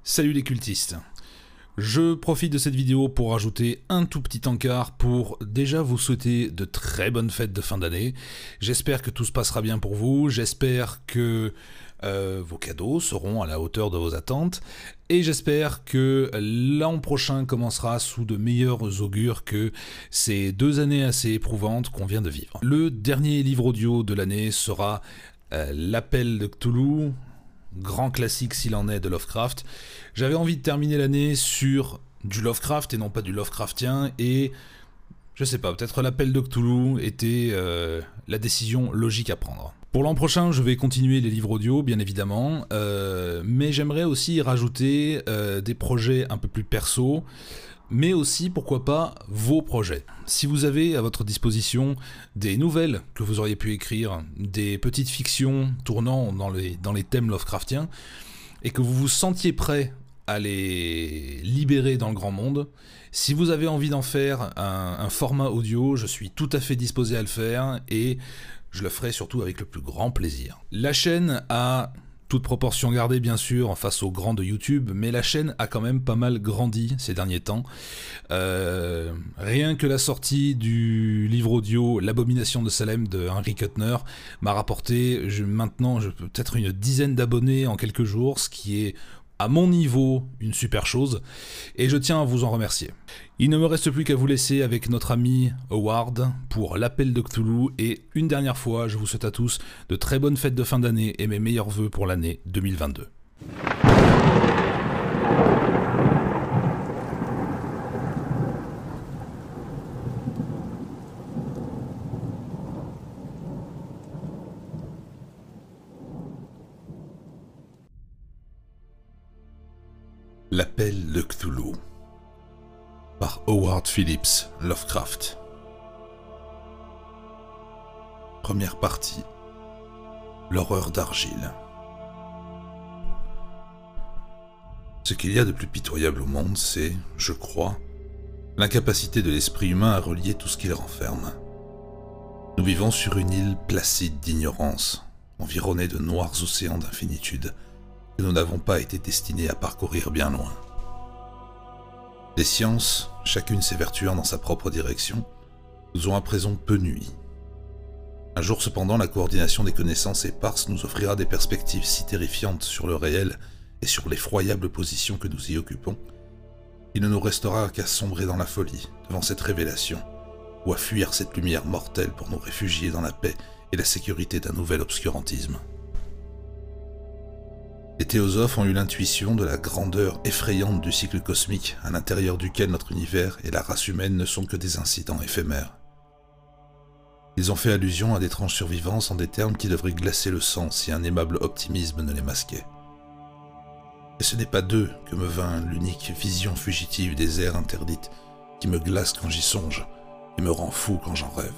Salut les cultistes. Je profite de cette vidéo pour rajouter un tout petit encart pour déjà vous souhaiter de très bonnes fêtes de fin d'année. J'espère que tout se passera bien pour vous, j'espère que vos cadeaux seront à la hauteur de vos attentes et j'espère que l'an prochain commencera sous de meilleurs augures que ces 2 années assez éprouvantes qu'on vient de vivre. Le dernier livre audio de l'année sera L'Appel de Cthulhu, grand classique s'il en est de Lovecraft. J'avais envie de terminer l'année sur du Lovecraft et non pas du Lovecraftien, et je sais pas, peut-être l'Appel de Cthulhu était la décision logique à prendre. Pour l'an prochain, je vais continuer les livres audio, bien évidemment, mais j'aimerais aussi rajouter des projets un peu plus perso, mais aussi, pourquoi pas, vos projets. Si vous avez à votre disposition des nouvelles que vous auriez pu écrire, des petites fictions tournant dans les thèmes Lovecraftiens, et que vous vous sentiez prêt à les libérer dans le grand monde, si vous avez envie d'en faire un format audio, je suis tout à fait disposé à le faire, et je le ferai surtout avec le plus grand plaisir. La chaîne a, toute proportion gardée bien sûr face aux grands de YouTube, mais la chaîne a quand même pas mal grandi ces derniers temps. Rien que la sortie du livre audio L'Abomination de Salem de Henry Kuttner m'a rapporté maintenant peut-être une dizaine d'abonnés en quelques jours, ce qui est à mon niveau une super chose, et je tiens à vous en remercier. Il ne me reste plus qu'à vous laisser avec notre ami Howard pour l'Appel de Cthulhu, et une dernière fois, je vous souhaite à tous de très bonnes fêtes de fin d'année et mes meilleurs vœux pour l'année 2022. L'Appel de Cthulhu par Howard Phillips Lovecraft. Première partie. L'horreur d'argile. Ce qu'il y a de plus pitoyable au monde, c'est, je crois, l'incapacité de l'esprit humain à relier tout ce qu'il renferme. Nous vivons sur une île placide d'ignorance, environnée de noirs océans d'infinitude, que nous n'avons pas été destinés à parcourir bien loin. Les sciences, chacune s'évertuant dans sa propre direction, nous ont à présent peu nui. Un jour cependant, la coordination des connaissances éparses nous offrira des perspectives si terrifiantes sur le réel et sur l'effroyable position que nous y occupons, il ne nous restera qu'à sombrer dans la folie devant cette révélation, ou à fuir cette lumière mortelle pour nous réfugier dans la paix et la sécurité d'un nouvel obscurantisme. Les théosophes ont eu l'intuition de la grandeur effrayante du cycle cosmique à l'intérieur duquel notre univers et la race humaine ne sont que des incidents éphémères. Ils ont fait allusion à d'étranges survivances en des termes qui devraient glacer le sang si un aimable optimisme ne les masquait. Et ce n'est pas d'eux que me vint l'unique vision fugitive des airs interdites qui me glace quand j'y songe et me rend fou quand j'en rêve.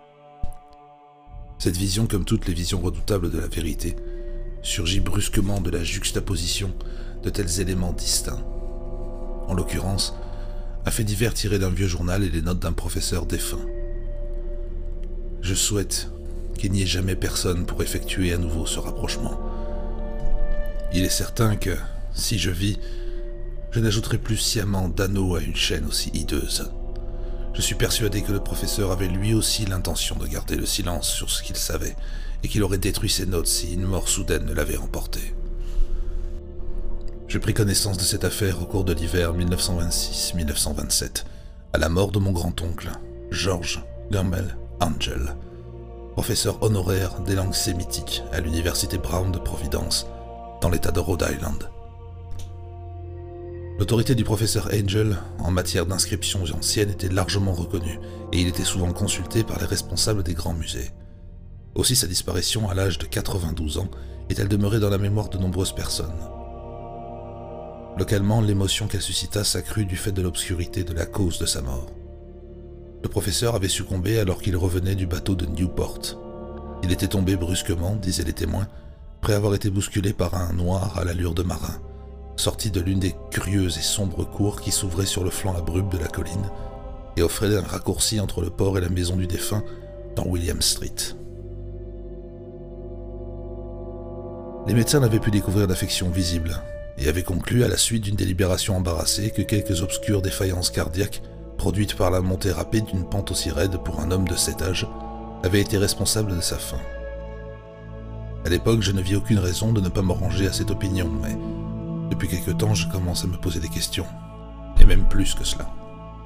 Cette vision, comme toutes les visions redoutables de la vérité, surgit brusquement de la juxtaposition de tels éléments distincts. En l'occurrence, un fait divers tiré d'un vieux journal et les notes d'un professeur défunt. Je souhaite qu'il n'y ait jamais personne pour effectuer à nouveau ce rapprochement. Il est certain que, si je vis, je n'ajouterai plus sciemment d'anneaux à une chaîne aussi hideuse. Je suis persuadé que le professeur avait lui aussi l'intention de garder le silence sur ce qu'il savait, et qu'il aurait détruit ses notes si une mort soudaine ne l'avait emporté. J'ai pris connaissance de cette affaire au cours de l'hiver 1926-1927, à la mort de mon grand-oncle, George Gamel Angel, professeur honoraire des langues sémitiques à l'université Brown de Providence, dans l'état de Rhode Island. L'autorité du professeur Angel en matière d'inscriptions anciennes était largement reconnue, et il était souvent consulté par les responsables des grands musées. Aussi sa disparition à l'âge de 92 ans est-elle demeurée dans la mémoire de nombreuses personnes. Localement, l'émotion qu'elle suscita s'accrut du fait de l'obscurité de la cause de sa mort. Le professeur avait succombé alors qu'il revenait du bateau de Newport. Il était tombé brusquement, disaient les témoins, après avoir été bousculé par un noir à l'allure de marin, sorti de l'une des curieuses et sombres cours qui s'ouvraient sur le flanc abrupt de la colline et offrait un raccourci entre le port et la maison du défunt dans William Street. Les médecins n'avaient pu découvrir d'affection visible, et avait conclu à la suite d'une délibération embarrassée que quelques obscures défaillances cardiaques produites par la montée rapide d'une pente aussi raide pour un homme de cet âge avaient été responsables de sa fin. À l'époque, je ne vis aucune raison de ne pas me ranger à cette opinion, mais depuis quelque temps, je commence à me poser des questions, et même plus que cela.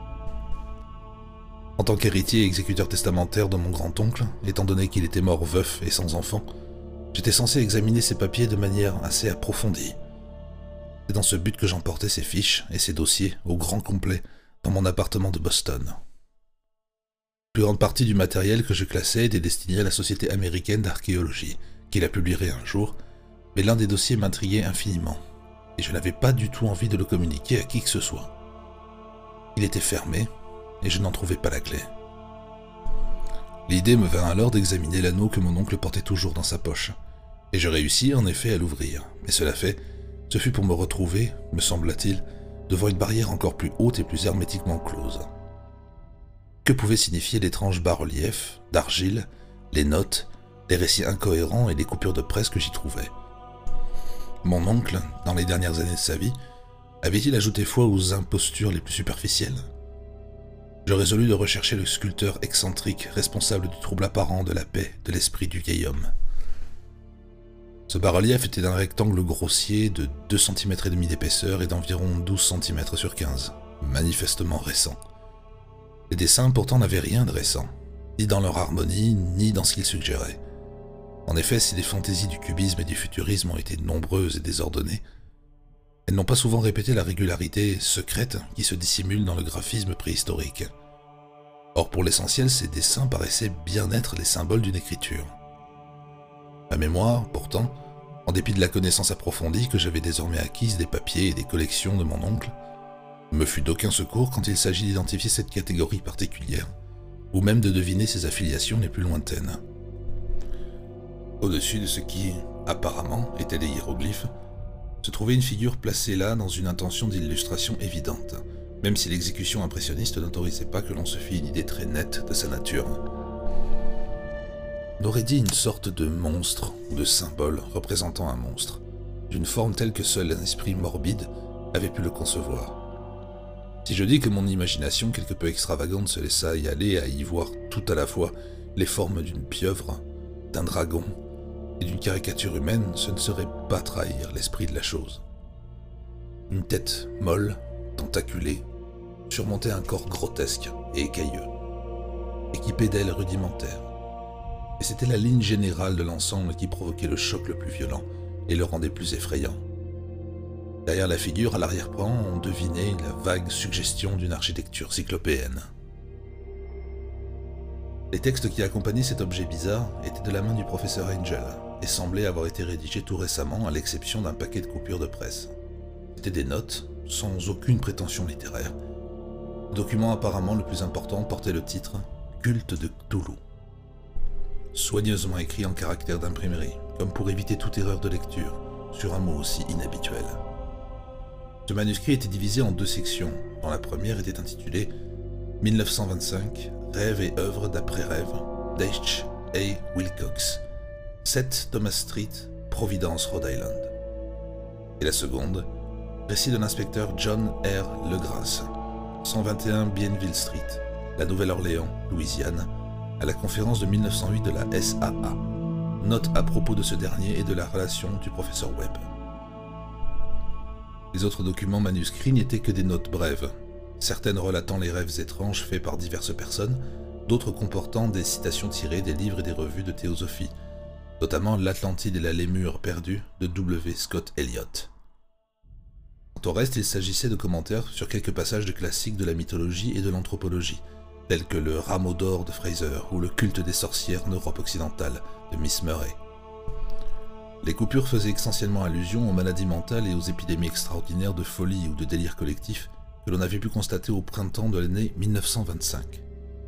En tant qu'héritier et exécuteur testamentaire de mon grand-oncle, étant donné qu'il était mort veuf et sans enfant, j'étais censé examiner ses papiers de manière assez approfondie. C'est dans ce but que j'emportais ses fiches et ses dossiers au grand complet dans mon appartement de Boston. La plus grande partie du matériel que je classais était destiné à la Société américaine d'archéologie, qui la publierait un jour, mais l'un des dossiers m'intriguait infiniment, et je n'avais pas du tout envie de le communiquer à qui que ce soit. Il était fermé, et je n'en trouvais pas la clé. L'idée me vint alors d'examiner l'anneau que mon oncle portait toujours dans sa poche, et je réussis en effet à l'ouvrir, mais cela fait, ce fut pour me retrouver, me sembla-t-il, devant une barrière encore plus haute et plus hermétiquement close. Que pouvaient signifier l'étrange bas-relief, d'argile, les notes, les récits incohérents et les coupures de presse que j'y trouvais? Mon oncle, dans les dernières années de sa vie, avait-il ajouté foi aux impostures les plus superficielles? Je résolus de rechercher le sculpteur excentrique responsable du trouble apparent de la paix de l'esprit du vieil homme. Ce bas-relief était d'un rectangle grossier de 2,5 cm d'épaisseur et d'environ 12 cm sur 15, manifestement récent. Les dessins pourtant n'avaient rien de récent, ni dans leur harmonie, ni dans ce qu'ils suggéraient. En effet, si les fantaisies du cubisme et du futurisme ont été nombreuses et désordonnées, elles n'ont pas souvent répété la régularité secrète qui se dissimule dans le graphisme préhistorique. Or, pour l'essentiel, ces dessins paraissaient bien être les symboles d'une écriture. Ma mémoire, pourtant, en dépit de la connaissance approfondie que j'avais désormais acquise des papiers et des collections de mon oncle, me fut d'aucun secours quand il s'agit d'identifier cette catégorie particulière, ou même de deviner ses affiliations les plus lointaines. Au-dessus de ce qui, apparemment, étaient des hiéroglyphes, se trouvait une figure placée là dans une intention d'illustration évidente, même si l'exécution impressionniste n'autorisait pas que l'on se fît une idée très nette de sa nature. On aurait dit une sorte de monstre ou de symbole représentant un monstre, d'une forme telle que seul un esprit morbide avait pu le concevoir. Si je dis que mon imagination quelque peu extravagante se laissa y aller à y voir tout à la fois les formes d'une pieuvre, d'un dragon et d'une caricature humaine, ce ne serait pas trahir l'esprit de la chose. Une tête molle, tentaculée, surmontait un corps grotesque et écailleux, équipé d'ailes rudimentaires. Et c'était la ligne générale de l'ensemble qui provoquait le choc le plus violent et le rendait plus effrayant. Derrière la figure, à l'arrière-plan, on devinait la vague suggestion d'une architecture cyclopéenne. Les textes qui accompagnaient cet objet bizarre étaient de la main du professeur Angel et semblaient avoir été rédigés tout récemment à l'exception d'un paquet de coupures de presse. C'étaient des notes, sans aucune prétention littéraire. Le document apparemment le plus important portait le titre « Culte de Cthulhu », soigneusement écrit en caractères d'imprimerie, comme pour éviter toute erreur de lecture, sur un mot aussi inhabituel. Ce manuscrit était divisé en deux sections, dont la première était intitulée « 1925, rêves et œuvres d'après-rêve d'H. A. Wilcox, 7 Thomas Street, Providence, Rhode Island ». Et la seconde, récit de l'inspecteur John R. Legrasse, 121 Bienville Street, la Nouvelle-Orléans, Louisiane, à la conférence de 1908 de la SAA. Note à propos de ce dernier et de la relation du professeur Webb. Les autres documents manuscrits n'étaient que des notes brèves, certaines relatant les rêves étranges faits par diverses personnes, d'autres comportant des citations tirées des livres et des revues de théosophie, notamment L'Atlantide et la Lémure perdue de W. Scott Elliott. Quant au reste, il s'agissait de commentaires sur quelques passages de classiques de la mythologie et de l'anthropologie, tels que le Rameau d'or de Fraser ou le culte des sorcières en Europe occidentale de Miss Murray. Les coupures faisaient essentiellement allusion aux maladies mentales et aux épidémies extraordinaires de folie ou de délire collectif que l'on avait pu constater au printemps de l'année 1925.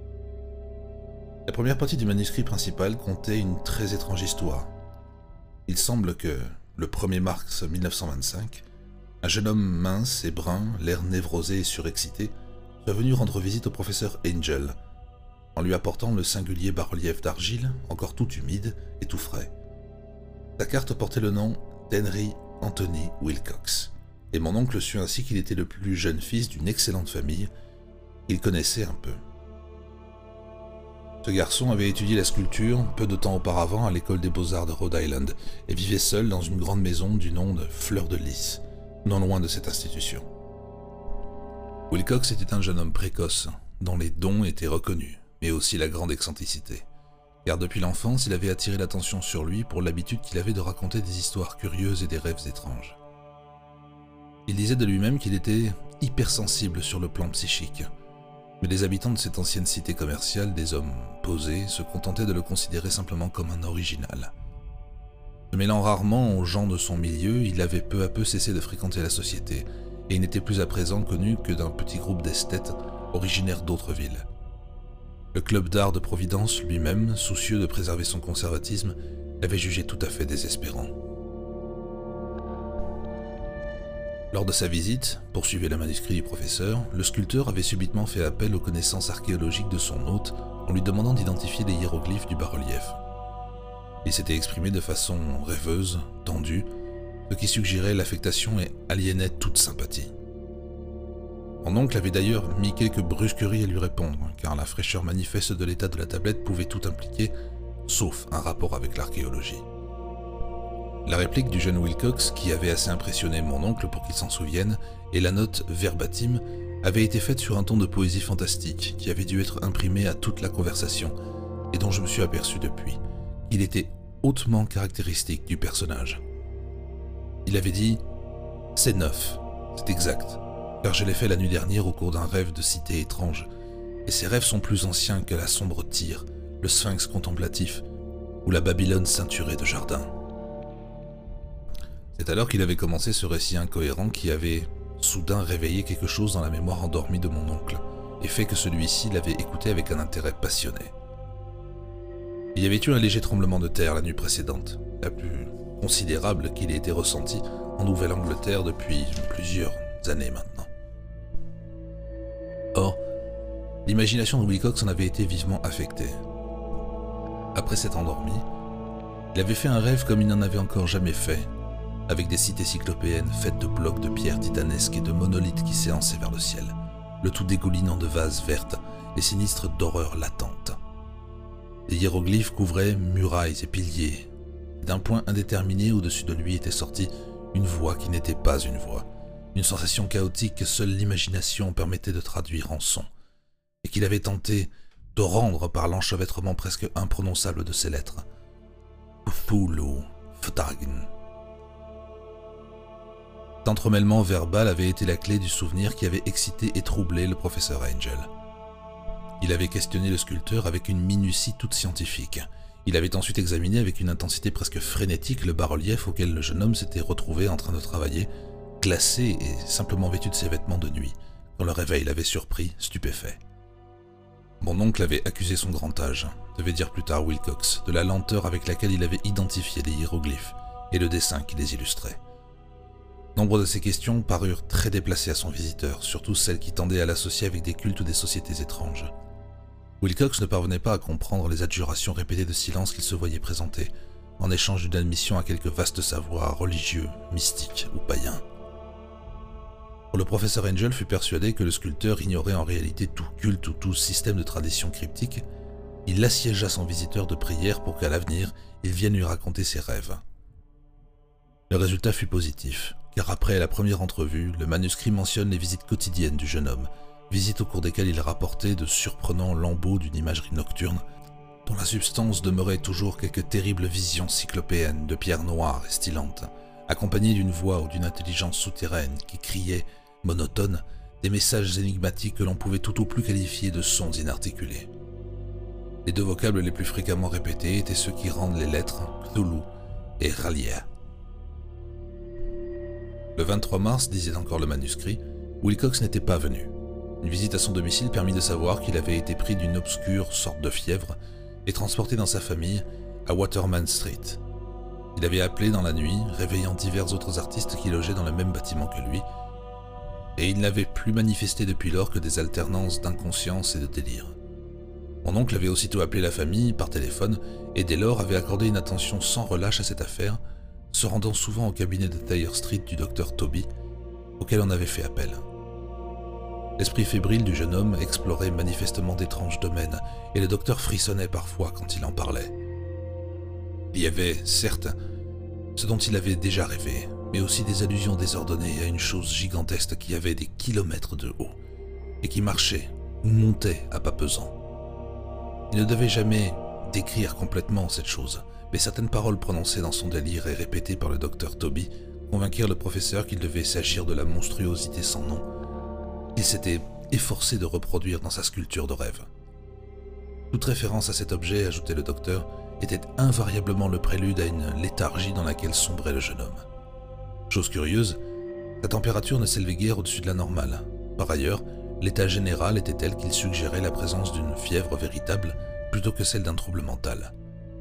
La première partie du manuscrit principal contait une très étrange histoire. Il semble que, le 1er mars 1925, un jeune homme mince et brun, l'air névrosé et surexcité, soit venu rendre visite au professeur Angel, en lui apportant le singulier bas-relief d'argile, encore tout humide et tout frais. Sa carte portait le nom d'Henry Anthony Wilcox. Et mon oncle sut ainsi qu'il était le plus jeune fils d'une excellente famille qu'il connaissait un peu. Ce garçon avait étudié la sculpture peu de temps auparavant à l'école des beaux-arts de Rhode Island et vivait seul dans une grande maison du nom de Fleur de Lys, non loin de cette institution. Wilcox était un jeune homme précoce, dont les dons étaient reconnus, mais aussi la grande excentricité. Car depuis l'enfance, il avait attiré l'attention sur lui pour l'habitude qu'il avait de raconter des histoires curieuses et des rêves étranges. Il disait de lui-même qu'il était hypersensible sur le plan psychique, mais les habitants de cette ancienne cité commerciale, des hommes posés, se contentaient de le considérer simplement comme un original. Se mêlant rarement aux gens de son milieu, il avait peu à peu cessé de fréquenter la société, et il n'était plus à présent connu que d'un petit groupe d'esthètes originaires d'autres villes. Le club d'art de Providence lui-même, soucieux de préserver son conservatisme, l'avait jugé tout à fait désespérant. Lors de sa visite, poursuivait le manuscrit du professeur, le sculpteur avait subitement fait appel aux connaissances archéologiques de son hôte en lui demandant d'identifier les hiéroglyphes du bas-relief. Il s'était exprimé de façon rêveuse, tendue, ce qui suggérait l'affectation et aliénait toute sympathie. Mon oncle avait d'ailleurs mis quelques brusqueries à lui répondre, car la fraîcheur manifeste de l'état de la tablette pouvait tout impliquer, sauf un rapport avec l'archéologie. La réplique du jeune Wilcox, qui avait assez impressionné mon oncle pour qu'il s'en souvienne, et la note verbatim, avait été faite sur un ton de poésie fantastique qui avait dû être imprimé à toute la conversation, et dont je me suis aperçu depuis. Il était hautement caractéristique du personnage. Il avait dit « C'est neuf, c'est exact, car je l'ai fait la nuit dernière au cours d'un rêve de cité étrange, et ces rêves sont plus anciens que la sombre Tyr, le sphinx contemplatif, ou la Babylone ceinturée de jardins. » C'est alors qu'il avait commencé ce récit incohérent qui avait soudain réveillé quelque chose dans la mémoire endormie de mon oncle, et fait que celui-ci l'avait écouté avec un intérêt passionné. Il y avait eu un léger tremblement de terre la nuit précédente, la plus considérable qu'il ait été ressenti en Nouvelle-Angleterre depuis plusieurs années maintenant. Or, l'imagination de Wilcox en avait été vivement affectée. Après s'être endormi, il avait fait un rêve comme il n'en avait encore jamais fait, avec des cités cyclopéennes faites de blocs de pierre titanesques et de monolithes qui s'élançaient vers le ciel, le tout dégoulinant de vases vertes et sinistres d'horreurs latentes. Les hiéroglyphes couvraient murailles et piliers, et d'un point indéterminé au-dessus de lui était sortie une voix qui n'était pas une voix, une sensation chaotique que seule l'imagination permettait de traduire en son, et qu'il avait tenté de rendre par l'enchevêtrement presque imprononçable de ces lettres. Pulu Ftagen. Cet entremêlement verbal avait été la clé du souvenir qui avait excité et troublé le professeur Angel. Il avait questionné le sculpteur avec une minutie toute scientifique. Il avait ensuite examiné avec une intensité presque frénétique le bas-relief auquel le jeune homme s'était retrouvé en train de travailler, glacé et simplement vêtu de ses vêtements de nuit, quand le réveil l'avait surpris, stupéfait. Mon oncle avait accusé son grand âge, devait dire plus tard Wilcox, de la lenteur avec laquelle il avait identifié les hiéroglyphes et le dessin qui les illustrait. Nombre de ces questions parurent très déplacées à son visiteur, surtout celles qui tendaient à l'associer avec des cultes ou des sociétés étranges. Wilcox ne parvenait pas à comprendre les adjurations répétées de silence qu'il se voyait présenter, en échange d'une admission à quelque vaste savoir religieux, mystique ou païen. Le professeur Angel fut persuadé que le sculpteur ignorait en réalité tout culte ou tout système de tradition cryptique. Il assiégea son visiteur de prières pour qu'à l'avenir, il vienne lui raconter ses rêves. Le résultat fut positif, car après la première entrevue, le manuscrit mentionne les visites quotidiennes du jeune homme, visites au cours desquelles il rapportait de surprenants lambeaux d'une imagerie nocturne, dont la substance demeurait toujours quelques terribles visions cyclopéennes de pierres noires et stylantes, accompagnées d'une voix ou d'une intelligence souterraine qui criait, monotone, des messages énigmatiques que l'on pouvait tout au plus qualifier de sons inarticulés. Les deux vocables les plus fréquemment répétés étaient ceux qui rendent les lettres Cthulhu et R'lyeh. Le 23 mars, disait encore le manuscrit, Wilcox n'était pas venu. Une visite à son domicile permit de savoir qu'il avait été pris d'une obscure sorte de fièvre et transporté dans sa famille à Waterman Street. Il avait appelé dans la nuit, réveillant divers autres artistes qui logeaient dans le même bâtiment que lui, et il n'avait plus manifesté depuis lors que des alternances d'inconscience et de délire. Mon oncle avait aussitôt appelé la famille par téléphone et dès lors avait accordé une attention sans relâche à cette affaire, se rendant souvent au cabinet de Thayer Street du docteur Toby, auquel on avait fait appel. L'esprit fébrile du jeune homme explorait manifestement d'étranges domaines, et le docteur frissonnait parfois quand il en parlait. Il y avait, certes, ce dont il avait déjà rêvé, mais aussi des allusions désordonnées à une chose gigantesque qui avait des kilomètres de haut, et qui marchait ou montait à pas pesants. Il ne devait jamais décrire complètement cette chose, mais certaines paroles prononcées dans son délire et répétées par le docteur Toby convainquirent le professeur qu'il devait s'agir de la monstruosité sans nom, qu'il s'était efforcé de reproduire dans sa sculpture de rêve. Toute référence à cet objet, ajoutait le docteur, était invariablement le prélude à une léthargie dans laquelle sombrait le jeune homme. Chose curieuse, sa température ne s'élevait guère au-dessus de la normale. Par ailleurs, l'état général était tel qu'il suggérait la présence d'une fièvre véritable plutôt que celle d'un trouble mental.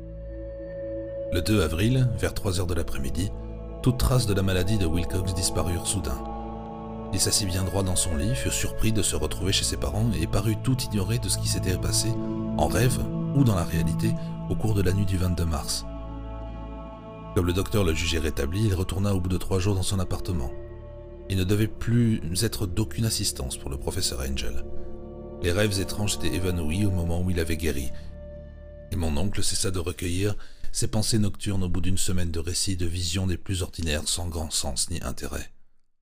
Le 2 avril, vers 3 heures de l'après-midi, toute trace de la maladie de Wilcox disparurent soudain. Il s'assit bien droit dans son lit, fut surpris de se retrouver chez ses parents et parut tout ignorer de ce qui s'était passé, en rêve ou dans la réalité, au cours de la nuit du 22 mars. Comme le docteur le jugeait rétabli, il retourna au bout de 3 jours dans son appartement. Il ne devait plus être d'aucune assistance pour le professeur Angel. Les rêves étranges étaient évanouis au moment où il avait guéri, et mon oncle cessa de recueillir ses pensées nocturnes au bout d'une semaine de récits de visions des plus ordinaires sans grand sens ni intérêt.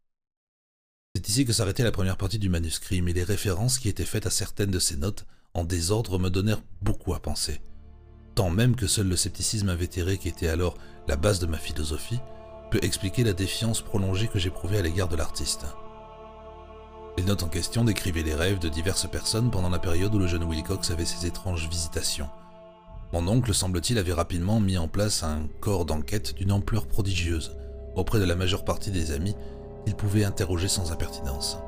C'est ici que s'arrêtait la première partie du manuscrit, mais les références qui étaient faites à certaines de ces notes en désordre me donnèrent beaucoup à penser. Tant même que seul le scepticisme invétéré qui était alors la base de ma philosophie peut expliquer la défiance prolongée que j'éprouvais à l'égard de l'artiste. Les notes en question décrivaient les rêves de diverses personnes pendant la période où le jeune Wilcox avait ses étranges visitations. Mon oncle, semble-t-il, avait rapidement mis en place un corps d'enquête d'une ampleur prodigieuse, auprès de la majeure partie des amis qu'il pouvait interroger sans impertinence.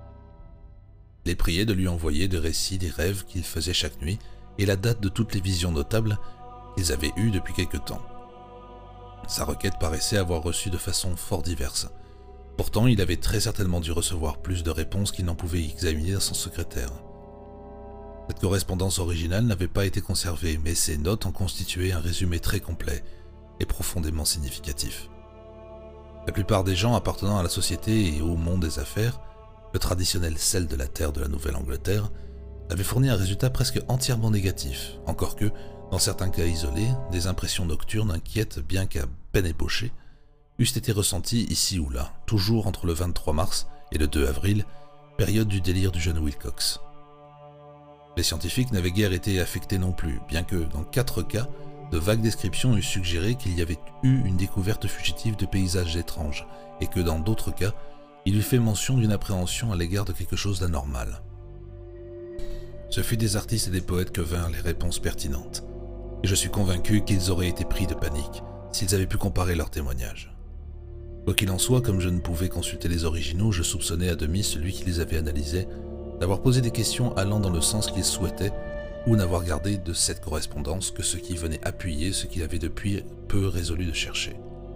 Les priait de lui envoyer des récits des rêves qu'il faisait chaque nuit et la date de toutes les visions notables qu'ils avaient eues depuis quelque temps. Sa requête paraissait avoir reçu de façon fort diverse. Pourtant, il avait très certainement dû recevoir plus de réponses qu'il n'en pouvait examiner dans son secrétaire. Cette correspondance originale n'avait pas été conservée, mais ces notes en constituaient un résumé très complet et profondément significatif. La plupart des gens appartenant à la société et au monde des affaires, le traditionnel sel de la terre de la Nouvelle-Angleterre, avaient fourni un résultat presque entièrement négatif, encore que, dans certains cas isolés, des impressions nocturnes inquiètes bien qu'à peine ébauchées, eussent été ressenties ici ou là, toujours entre le 23 mars et le 2 avril, période du délire du jeune Wilcox. Les scientifiques n'avaient guère été affectés non plus, bien que, dans 4 cas, de vagues descriptions eussent suggéré qu'il y avait eu une découverte fugitive de paysages étranges, et que dans d'autres cas, il eût fait mention d'une appréhension à l'égard de quelque chose d'anormal. Ce fut des artistes et des poètes que vinrent les réponses pertinentes, et je suis convaincu qu'ils auraient été pris de panique s'ils avaient pu comparer leurs témoignages. Quoi qu'il en soit, comme je ne pouvais consulter les originaux, je soupçonnais à demi celui qui les avait analysés d'avoir posé des questions allant dans le sens qu'il souhaitait ou n'avoir gardé de cette correspondance que ce qui venait appuyer ce qu'il avait depuis peu résolu de chercher.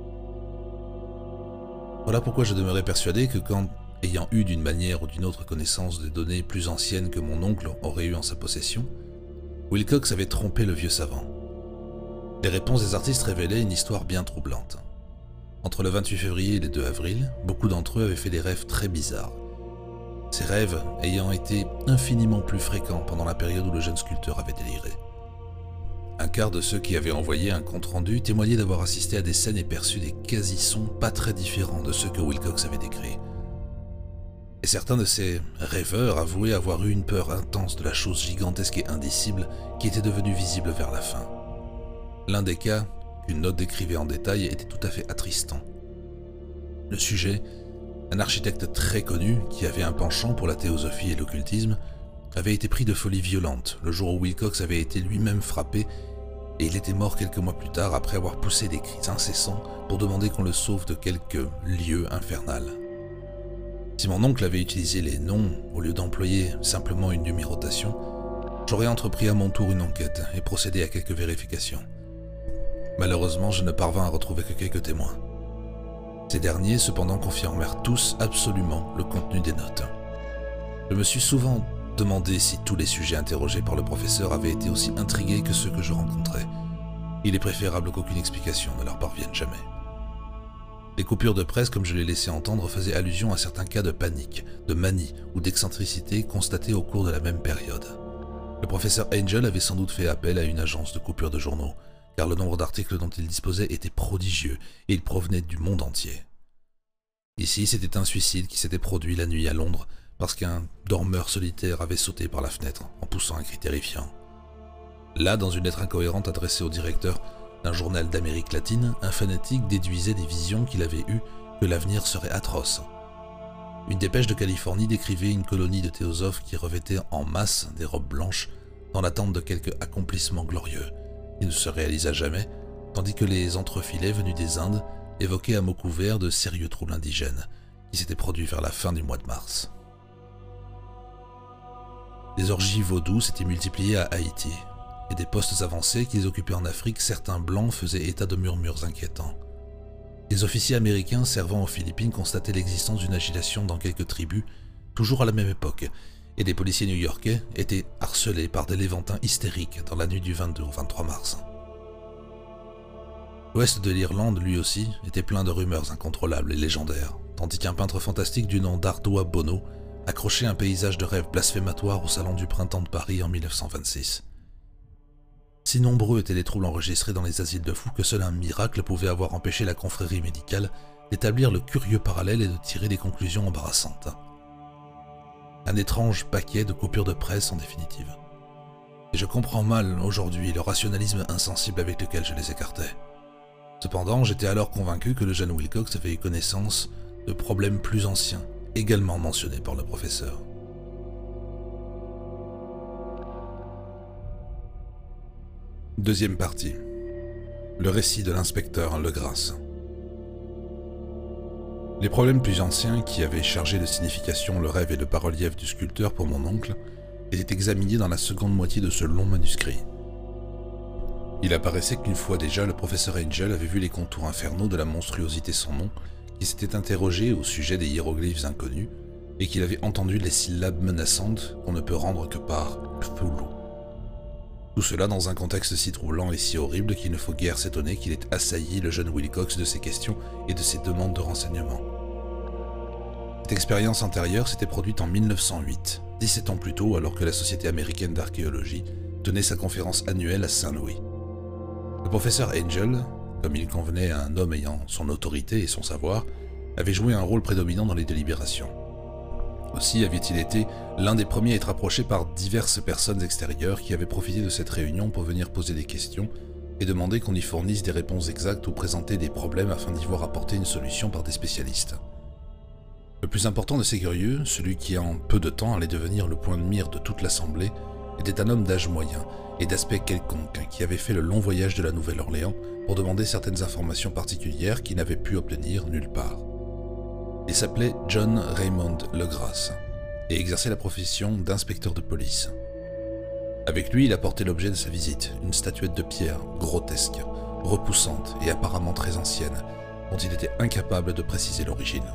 Voilà pourquoi je demeurais persuadé que quand, ayant eu d'une manière ou d'une autre connaissance des données plus anciennes que mon oncle aurait eu en sa possession, Wilcox avait trompé le vieux savant. Les réponses des artistes révélaient une histoire bien troublante. Entre le 28 février et le 2 avril, beaucoup d'entre eux avaient fait des rêves très bizarres. Ces rêves ayant été infiniment plus fréquents pendant la période où le jeune sculpteur avait déliré. Un quart de ceux qui avaient envoyé un compte-rendu témoignaient d'avoir assisté à des scènes et perçu des quasi-sons pas très différents de ceux que Wilcox avait décrits. Et certains de ces rêveurs avouaient avoir eu une peur intense de la chose gigantesque et indicible qui était devenue visible vers la fin. L'un des cas, qu'une note décrivait en détail, était tout à fait attristant. Le sujet, un architecte très connu qui avait un penchant pour la théosophie et l'occultisme, avait été pris de folie violente le jour où Wilcox avait été lui-même frappé et il était mort quelques mois plus tard après avoir poussé des cris incessants pour demander qu'on le sauve de quelque lieu infernal. Si mon oncle avait utilisé les noms au lieu d'employer simplement une numérotation, j'aurais entrepris à mon tour une enquête et procédé à quelques vérifications. Malheureusement, je ne parvins à retrouver que quelques témoins. Ces derniers, cependant, confirmèrent tous absolument le contenu des notes. Je me suis souvent demandé si tous les sujets interrogés par le professeur avaient été aussi intrigués que ceux que je rencontrais. Il est préférable qu'aucune explication ne leur parvienne jamais. Les coupures de presse, comme je l'ai laissé entendre, faisaient allusion à certains cas de panique, de manie ou d'excentricité constatés au cours de la même période. Le professeur Angel avait sans doute fait appel à une agence de coupure de journaux, car le nombre d'articles dont il disposait était prodigieux et il provenait du monde entier. Ici, c'était un suicide qui s'était produit la nuit à Londres parce qu'un dormeur solitaire avait sauté par la fenêtre en poussant un cri terrifiant. Là, dans une lettre incohérente adressée au directeur d'un journal d'Amérique latine, un fanatique déduisait des visions qu'il avait eues que l'avenir serait atroce. Une dépêche de Californie décrivait une colonie de théosophes qui revêtaient en masse des robes blanches dans l'attente de quelque accomplissement glorieux qui ne se réalisa jamais, tandis que les entrefilets venus des Indes évoquaient à mots couverts de sérieux troubles indigènes qui s'étaient produits vers la fin du mois de mars. Les orgies vaudou s'étaient multipliées à Haïti, et des postes avancés qu'ils occupaient en Afrique, certains blancs faisaient état de murmures inquiétants. Les officiers américains servant aux Philippines constataient l'existence d'une agitation dans quelques tribus, toujours à la même époque, et des policiers new-yorkais étaient harcelés par des Lévantins hystériques dans la nuit du 22 au 23 mars. L'ouest de l'Irlande, lui aussi, était plein de rumeurs incontrôlables et légendaires, tandis qu'un peintre fantastique du nom d'Ardois Bono accrochait un paysage de rêve blasphématoire au Salon du Printemps de Paris en 1926. Si nombreux étaient les troubles enregistrés dans les asiles de fous que seul un miracle pouvait avoir empêché la confrérie médicale d'établir le curieux parallèle et de tirer des conclusions embarrassantes. Un étrange paquet de coupures de presse en définitive. Et je comprends mal aujourd'hui le rationalisme insensible avec lequel je les écartais. Cependant, j'étais alors convaincu que le jeune Wilcox avait eu connaissance de problèmes plus anciens, également mentionnés par le professeur. Deuxième partie. Le récit de l'inspecteur Legras. Les problèmes plus anciens qui avaient chargé de signification le rêve et le bas-relief du sculpteur pour mon oncle étaient examinés dans la seconde moitié de ce long manuscrit. Il apparaissait qu'une fois déjà, le professeur Angel avait vu les contours infernaux de la monstruosité sans nom, qui s'était interrogé au sujet des hiéroglyphes inconnus, et qu'il avait entendu les syllabes menaçantes qu'on ne peut rendre que par Cthulhu. Tout cela dans un contexte si troublant et si horrible qu'il ne faut guère s'étonner qu'il ait assailli le jeune Wilcox de ses questions et de ses demandes de renseignements. Cette expérience antérieure s'était produite en 1908, 17 ans plus tôt alors que la Société américaine d'archéologie tenait sa conférence annuelle à Saint-Louis. Le professeur Angel, comme il convenait à un homme ayant son autorité et son savoir, avait joué un rôle prédominant dans les délibérations. Aussi avait-il été l'un des premiers à être approché par diverses personnes extérieures qui avaient profité de cette réunion pour venir poser des questions et demander qu'on y fournisse des réponses exactes ou présenter des problèmes afin d'y voir apporter une solution par des spécialistes. Le plus important de ces curieux, celui qui en peu de temps allait devenir le point de mire de toute l'assemblée, était un homme d'âge moyen et d'aspect quelconque qui avait fait le long voyage de la Nouvelle-Orléans pour demander certaines informations particulières qu'il n'avait pu obtenir nulle part. Il s'appelait John Raymond Legras et exerçait la profession d'inspecteur de police. Avec lui, il apportait l'objet de sa visite, une statuette de pierre grotesque, repoussante et apparemment très ancienne, dont il était incapable de préciser l'origine.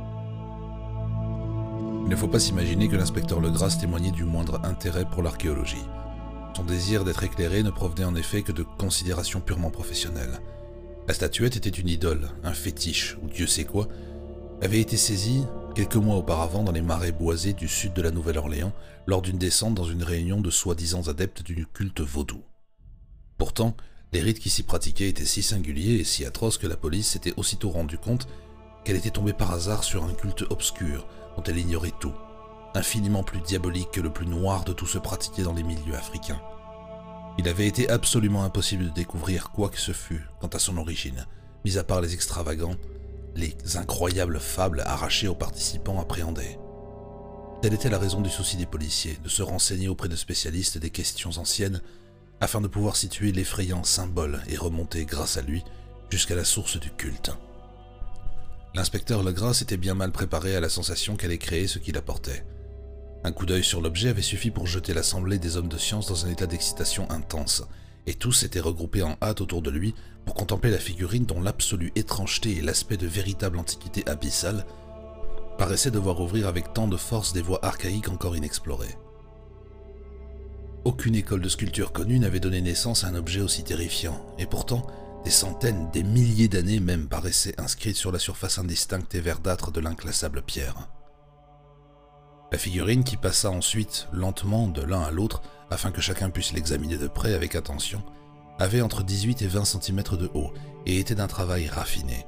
Il ne faut pas s'imaginer que l'inspecteur Legras témoignait du moindre intérêt pour l'archéologie. Son désir d'être éclairé ne provenait en effet que de considérations purement professionnelles. La statuette était une idole, un fétiche, ou Dieu sait quoi, avait été saisie quelques mois auparavant dans les marais boisés du sud de la Nouvelle-Orléans lors d'une descente dans une réunion de soi-disant adeptes du culte vaudou. Pourtant, les rites qui s'y pratiquaient étaient si singuliers et si atroces que la police s'était aussitôt rendu compte qu'elle était tombée par hasard sur un culte obscur dont elle ignorait tout, infiniment plus diabolique que le plus noir de tout se pratiquer dans les milieux africains. Il avait été absolument impossible de découvrir quoi que ce fût quant à son origine, mis à part les extravagants, les incroyables fables arrachées aux participants appréhendés. Telle était la raison du souci des policiers, de se renseigner auprès de spécialistes des questions anciennes, afin de pouvoir situer l'effrayant symbole et remonter, grâce à lui, jusqu'à la source du culte. L'inspecteur Legras était bien mal préparé à la sensation qu'allait créer ce qu'il apportait. Un coup d'œil sur l'objet avait suffi pour jeter l'assemblée des hommes de science dans un état d'excitation intense, et tous s'étaient regroupés en hâte autour de lui pour contempler la figurine dont l'absolue étrangeté et l'aspect de véritable antiquité abyssale paraissaient devoir ouvrir avec tant de force des voies archaïques encore inexplorées. Aucune école de sculpture connue n'avait donné naissance à un objet aussi terrifiant, et pourtant, Des centaines, des milliers d'années même paraissaient inscrites sur la surface indistincte et verdâtre de l'inclassable pierre. La figurine, qui passa ensuite lentement de l'un à l'autre afin que chacun puisse l'examiner de près avec attention, avait entre 18 et 20 cm de haut et était d'un travail raffiné.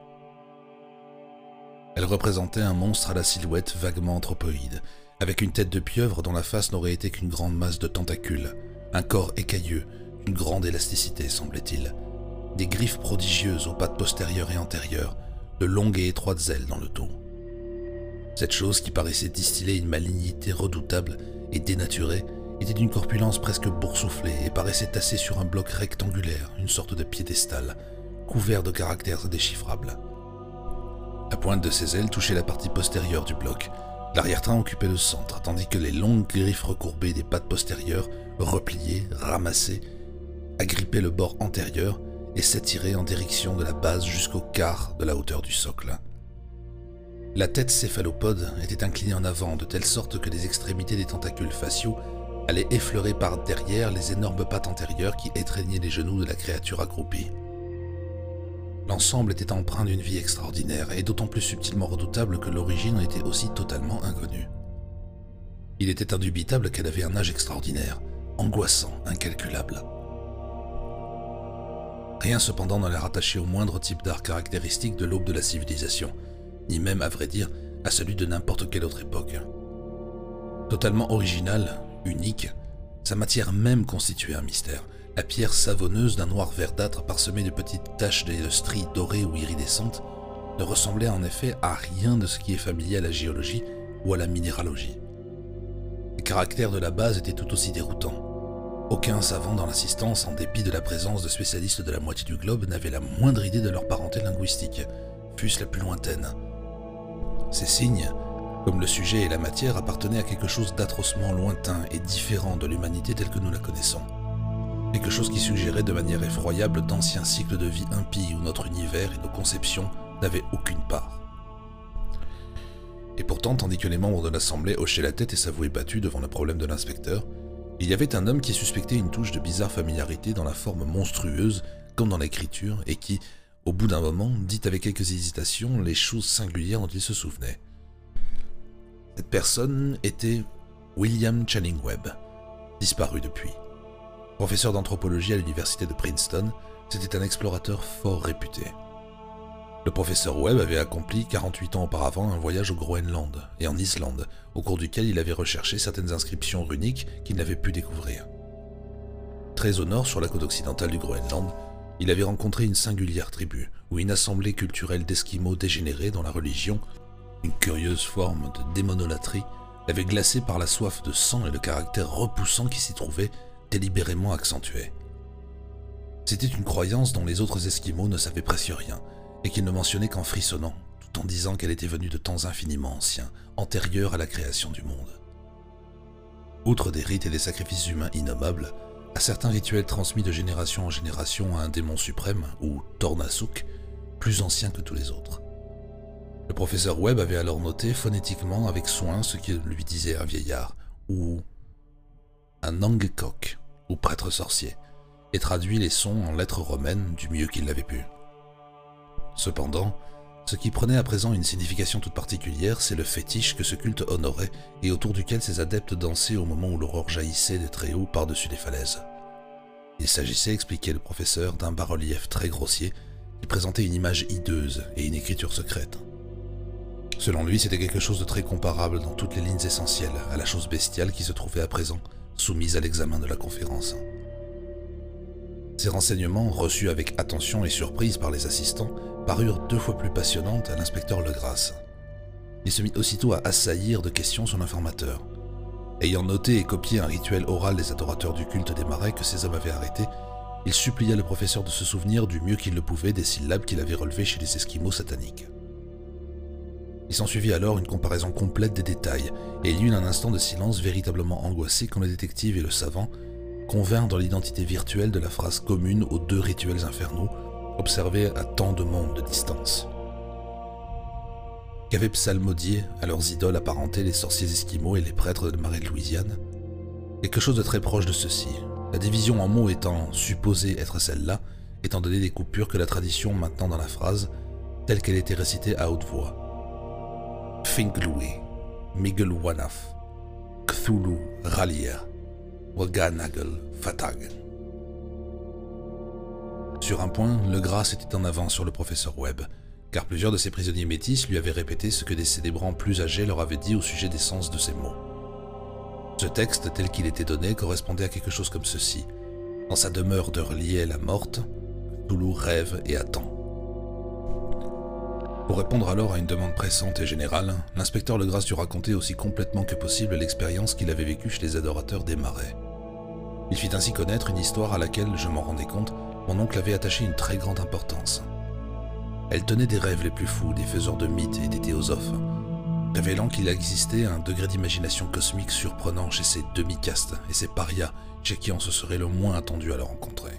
Elle représentait un monstre à la silhouette vaguement anthropoïde, avec une tête de pieuvre dont la face n'aurait été qu'une grande masse de tentacules, un corps écailleux, une grande élasticité semblait-il, des griffes prodigieuses aux pattes postérieures et antérieures, de longues et étroites ailes dans le dos. Cette chose qui paraissait distiller une malignité redoutable et dénaturée était d'une corpulence presque boursouflée et paraissait tassée sur un bloc rectangulaire, une sorte de piédestal, couvert de caractères indéchiffrables. La pointe de ses ailes touchait la partie postérieure du bloc. L'arrière-train occupait le centre, tandis que les longues griffes recourbées des pattes postérieures, repliées, ramassées, agrippaient le bord antérieur et s'étiraient en direction de la base jusqu'au quart de la hauteur du socle. La tête céphalopode était inclinée en avant de telle sorte que les extrémités des tentacules faciaux allaient effleurer par derrière les énormes pattes antérieures qui étreignaient les genoux de la créature accroupie. L'ensemble était empreint d'une vie extraordinaire et d'autant plus subtilement redoutable que l'origine était aussi totalement inconnue. Il était indubitable qu'elle avait un âge extraordinaire, angoissant, incalculable. Rien cependant ne la rattachait au moindre type d'art caractéristique de l'aube de la civilisation, ni même, à vrai dire, à celui de n'importe quelle autre époque. Totalement originale, unique, sa matière même constituait un mystère, la pierre savonneuse d'un noir verdâtre parsemée de petites taches de stries dorées ou iridescentes ne ressemblait en effet à rien de ce qui est familier à la géologie ou à la minéralogie. Les caractères de la base étaient tout aussi déroutants. Aucun savant dans l'assistance, en dépit de la présence de spécialistes de la moitié du globe, n'avait la moindre idée de leur parenté linguistique, fût-ce la plus lointaine. Ces signes, comme le sujet et la matière, appartenaient à quelque chose d'atrocement lointain et différent de l'humanité telle que nous la connaissons. Quelque chose qui suggérait de manière effroyable d'anciens cycles de vie impies où notre univers et nos conceptions n'avaient aucune part. Et pourtant, tandis que les membres de l'Assemblée hochaient la tête et s'avouaient battus devant le problème de l'inspecteur, il y avait un homme qui suspectait une touche de bizarre familiarité dans la forme monstrueuse comme dans l'écriture et qui, au bout d'un moment, dit avec quelques hésitations les choses singulières dont il se souvenait. Cette personne était William Channing Webb, disparu depuis. Professeur d'anthropologie à l'université de Princeton, c'était un explorateur fort réputé. Le professeur Webb avait accompli 48 ans auparavant un voyage au Groenland et en Islande, au cours duquel il avait recherché certaines inscriptions runiques qu'il n'avait pu découvrir. Très au nord, sur la côte occidentale du Groenland, il avait rencontré une singulière tribu, ou une assemblée culturelle d'Esquimaux dégénérés dans la religion, une curieuse forme de démonolatrie, l'avait glacé par la soif de sang et le caractère repoussant qui s'y trouvait délibérément accentué. C'était une croyance dont les autres Esquimaux ne savaient presque rien, et qu'ils ne mentionnaient qu'en frissonnant, tout en disant qu'elle était venue de temps infiniment anciens, antérieurs à la création du monde. Outre des rites et des sacrifices humains innommables, à certains rituels transmis de génération en génération à un démon suprême, ou Tornasuk, plus ancien que tous les autres. Le professeur Webb avait alors noté phonétiquement avec soin ce que lui disait un vieillard, ou un Nangekok, ou prêtre sorcier, et traduit les sons en lettres romaines du mieux qu'il l'avait pu. Cependant, ce qui prenait à présent une signification toute particulière, c'est le fétiche que ce culte honorait et autour duquel ses adeptes dansaient au moment où l'aurore jaillissait de très haut par-dessus les falaises. Il s'agissait, expliquait le professeur, d'un bas-relief très grossier qui présentait une image hideuse et une écriture secrète. Selon lui, c'était quelque chose de très comparable dans toutes les lignes essentielles à la chose bestiale qui se trouvait à présent soumise à l'examen de la conférence. Ces renseignements, reçus avec attention et surprise par les assistants, parurent 2 fois plus passionnantes à l'inspecteur Legrasse. Il se mit aussitôt à assaillir de questions son informateur. Ayant noté et copié un rituel oral des adorateurs du culte des marais que ces hommes avaient arrêté, il supplia le professeur de se souvenir du mieux qu'il le pouvait des syllabes qu'il avait relevées chez les Esquimaux sataniques. Il s'ensuivit alors une comparaison complète des détails, et il y eut un instant de silence véritablement angoissé quand le détective et le savant convinrent dans l'identité virtuelle de la phrase commune aux 2 rituels infernaux, observés à tant de mondes de distance. Qu'avaient psalmodié à leurs idoles apparentées les sorciers esquimaux et les prêtres de marais de Louisiane? Quelque chose de très proche de ceci, la division en mots étant supposée être celle-là, étant donné les coupures que la tradition maintenant dans la phrase, telle qu'elle était récitée à haute voix. Finglui, Miguel Wanaf, Cthulhu Ralier, Waganagel Fatag. Sur un point, Legras était en avance sur le professeur Webb, car plusieurs de ses prisonniers métis lui avaient répété ce que des célébrants plus âgés leur avaient dit au sujet des sens de ces mots. Ce texte, tel qu'il était donné, correspondait à quelque chose comme ceci. Dans sa demeure de Relier la morte, Cthulhu rêve et attend. Pour répondre alors à une demande pressante et générale, l'inspecteur Legras dut raconter aussi complètement que possible l'expérience qu'il avait vécue chez les adorateurs des marais. Il fit ainsi connaître une histoire à laquelle, je m'en rendais compte, mon oncle avait attaché une très grande importance. Elle tenait des rêves les plus fous des faiseurs de mythes et des théosophes, révélant qu'il existait un degré d'imagination cosmique surprenant chez ces demi-castes et ces parias chez qui on se serait le moins attendu à le rencontrer.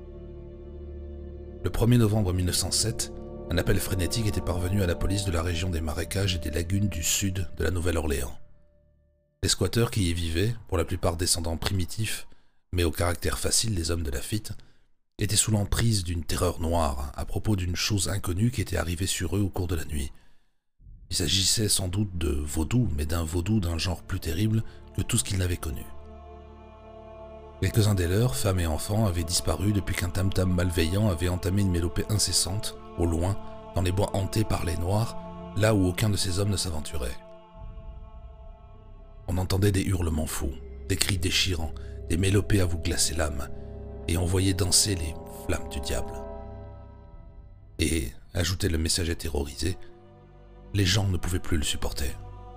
Le 1er novembre 1907, un appel frénétique était parvenu à la police de la région des marécages et des lagunes du sud de la Nouvelle-Orléans. Les squatteurs qui y vivaient, pour la plupart descendants primitifs, mais au caractère facile des hommes de Lafitte, étaient sous l'emprise d'une terreur noire à propos d'une chose inconnue qui était arrivée sur eux au cours de la nuit. Il s'agissait sans doute de vaudou, mais d'un vaudou d'un genre plus terrible que tout ce qu'ils n'avaient connu. Quelques-uns des leurs, femmes et enfants, avaient disparu depuis qu'un tam-tam malveillant avait entamé une mélopée incessante, au loin, dans les bois hantés par les Noirs, là où aucun de ces hommes ne s'aventurait. On entendait des hurlements fous, des cris déchirants, des mélopées à vous glacer l'âme, et on voyait danser les flammes du diable. Et, ajoutait le messager terrorisé, les gens ne pouvaient plus le supporter.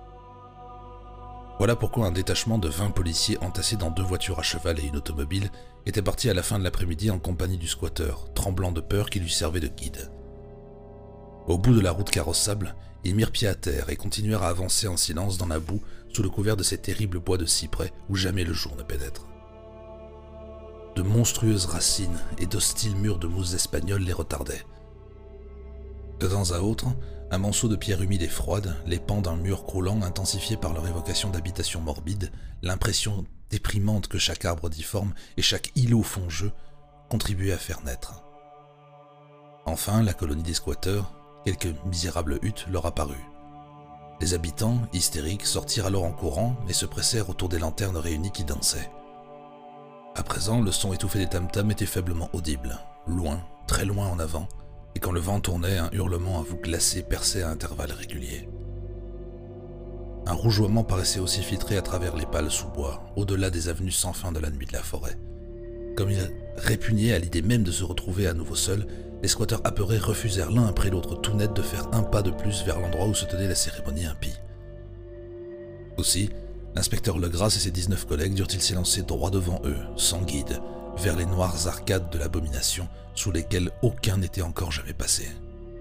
Voilà pourquoi un détachement de 20 policiers entassés dans 2 voitures à cheval et une automobile était parti à la fin de l'après-midi en compagnie du squatteur, tremblant de peur qui lui servait de guide. Au bout de la route carrossable, ils mirent pied à terre et continuèrent à avancer en silence dans la boue sous le couvert de ces terribles bois de cyprès où jamais le jour ne pénètre. De monstrueuses racines et d'hostiles murs de mousse espagnole les retardaient. De temps à autre, un monceau de pierre humide et froide, les pans d'un mur croulant intensifié par leur évocation d'habitation morbide, l'impression déprimante que chaque arbre difforme et chaque îlot fongeux contribuaient à faire naître. Enfin, la colonie des squatteurs, quelques misérables huttes leur apparut. Les habitants, hystériques, sortirent alors en courant et se pressèrent autour des lanternes réunies qui dansaient. À présent, le son étouffé des tam-tams était faiblement audible, loin, très loin en avant, et quand le vent tournait, un hurlement à vous glacer perçait à intervalles réguliers. Un rougeoiement paraissait aussi filtrer à travers les pâles sous-bois, au-delà des avenues sans fin de la nuit de la forêt. Comme ils répugnaient à l'idée même de se retrouver à nouveau seuls, les squatteurs apeurés refusèrent l'un après l'autre tout net de faire un pas de plus vers l'endroit où se tenait la cérémonie impie. Aussi, l'inspecteur Legras et ses 19 collègues durent-ils s'élancer droit devant eux, sans guide, vers les noires arcades de l'abomination sous lesquelles aucun n'était encore jamais passé.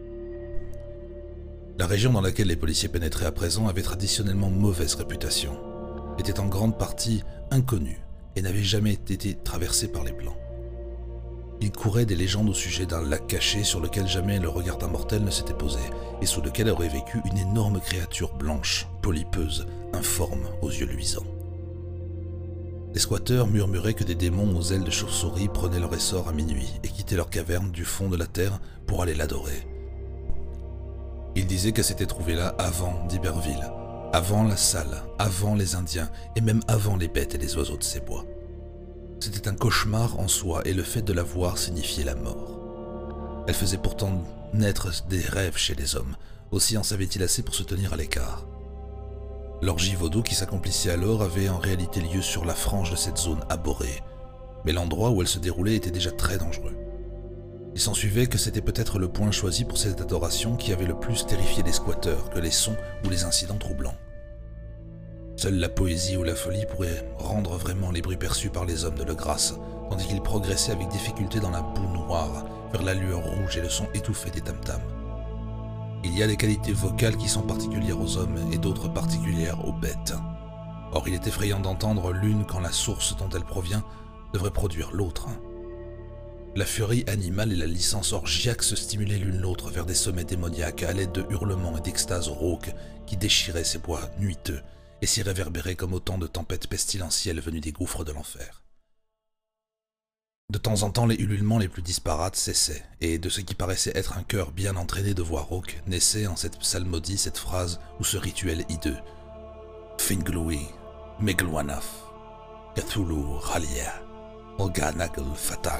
La région dans laquelle les policiers pénétraient à présent avait traditionnellement mauvaise réputation, était en grande partie inconnue et n'avait jamais été traversée par les Blancs. Il courait des légendes au sujet d'un lac caché sur lequel jamais le regard d'un mortel ne s'était posé et sous lequel aurait vécu une énorme créature blanche, polypeuse, informe, aux yeux luisants. Les squatteurs murmuraient que des démons aux ailes de chauve-souris prenaient leur essor à minuit et quittaient leur caverne du fond de la terre pour aller l'adorer. Ils disaient qu'elle s'était trouvée là avant d'Iberville, avant la salle, avant les Indiens et même avant les bêtes et les oiseaux de ces bois. C'était un cauchemar en soi et le fait de la voir signifiait la mort. Elle faisait pourtant naître des rêves chez les hommes, aussi en savait-il assez pour se tenir à l'écart. L'orgie vaudou qui s'accomplissait alors avait en réalité lieu sur la frange de cette zone abhorrée, mais l'endroit où elle se déroulait était déjà très dangereux. Il s'ensuivait que c'était peut-être le point choisi pour cette adoration qui avait le plus terrifié les squatteurs que les sons ou les incidents troublants. Seule la poésie ou la folie pourrait rendre vraiment les bruits perçus par les hommes de Legras, tandis qu'ils progressaient avec difficulté dans la boue noire, vers la lueur rouge et le son étouffé des tam-tams. Il y a des qualités vocales qui sont particulières aux hommes et d'autres particulières aux bêtes. Or, il est effrayant d'entendre l'une quand la source dont elle provient devrait produire l'autre. La furie animale et la licence orgiaque se stimulaient l'une l'autre vers des sommets démoniaques à l'aide de hurlements et d'extases rauques qui déchiraient ces bois nuiteux et s'y réverbéraient comme autant de tempêtes pestilentielles venues des gouffres de l'enfer. De temps en temps, les ululements les plus disparates cessaient, et de ce qui paraissait être un cœur bien entraîné de voix rauque, naissait en cette psalmodie cette phrase ou ce rituel hideux. Finglui, Meglwanaf, Cthulhu Ralia, Organagl Fatang.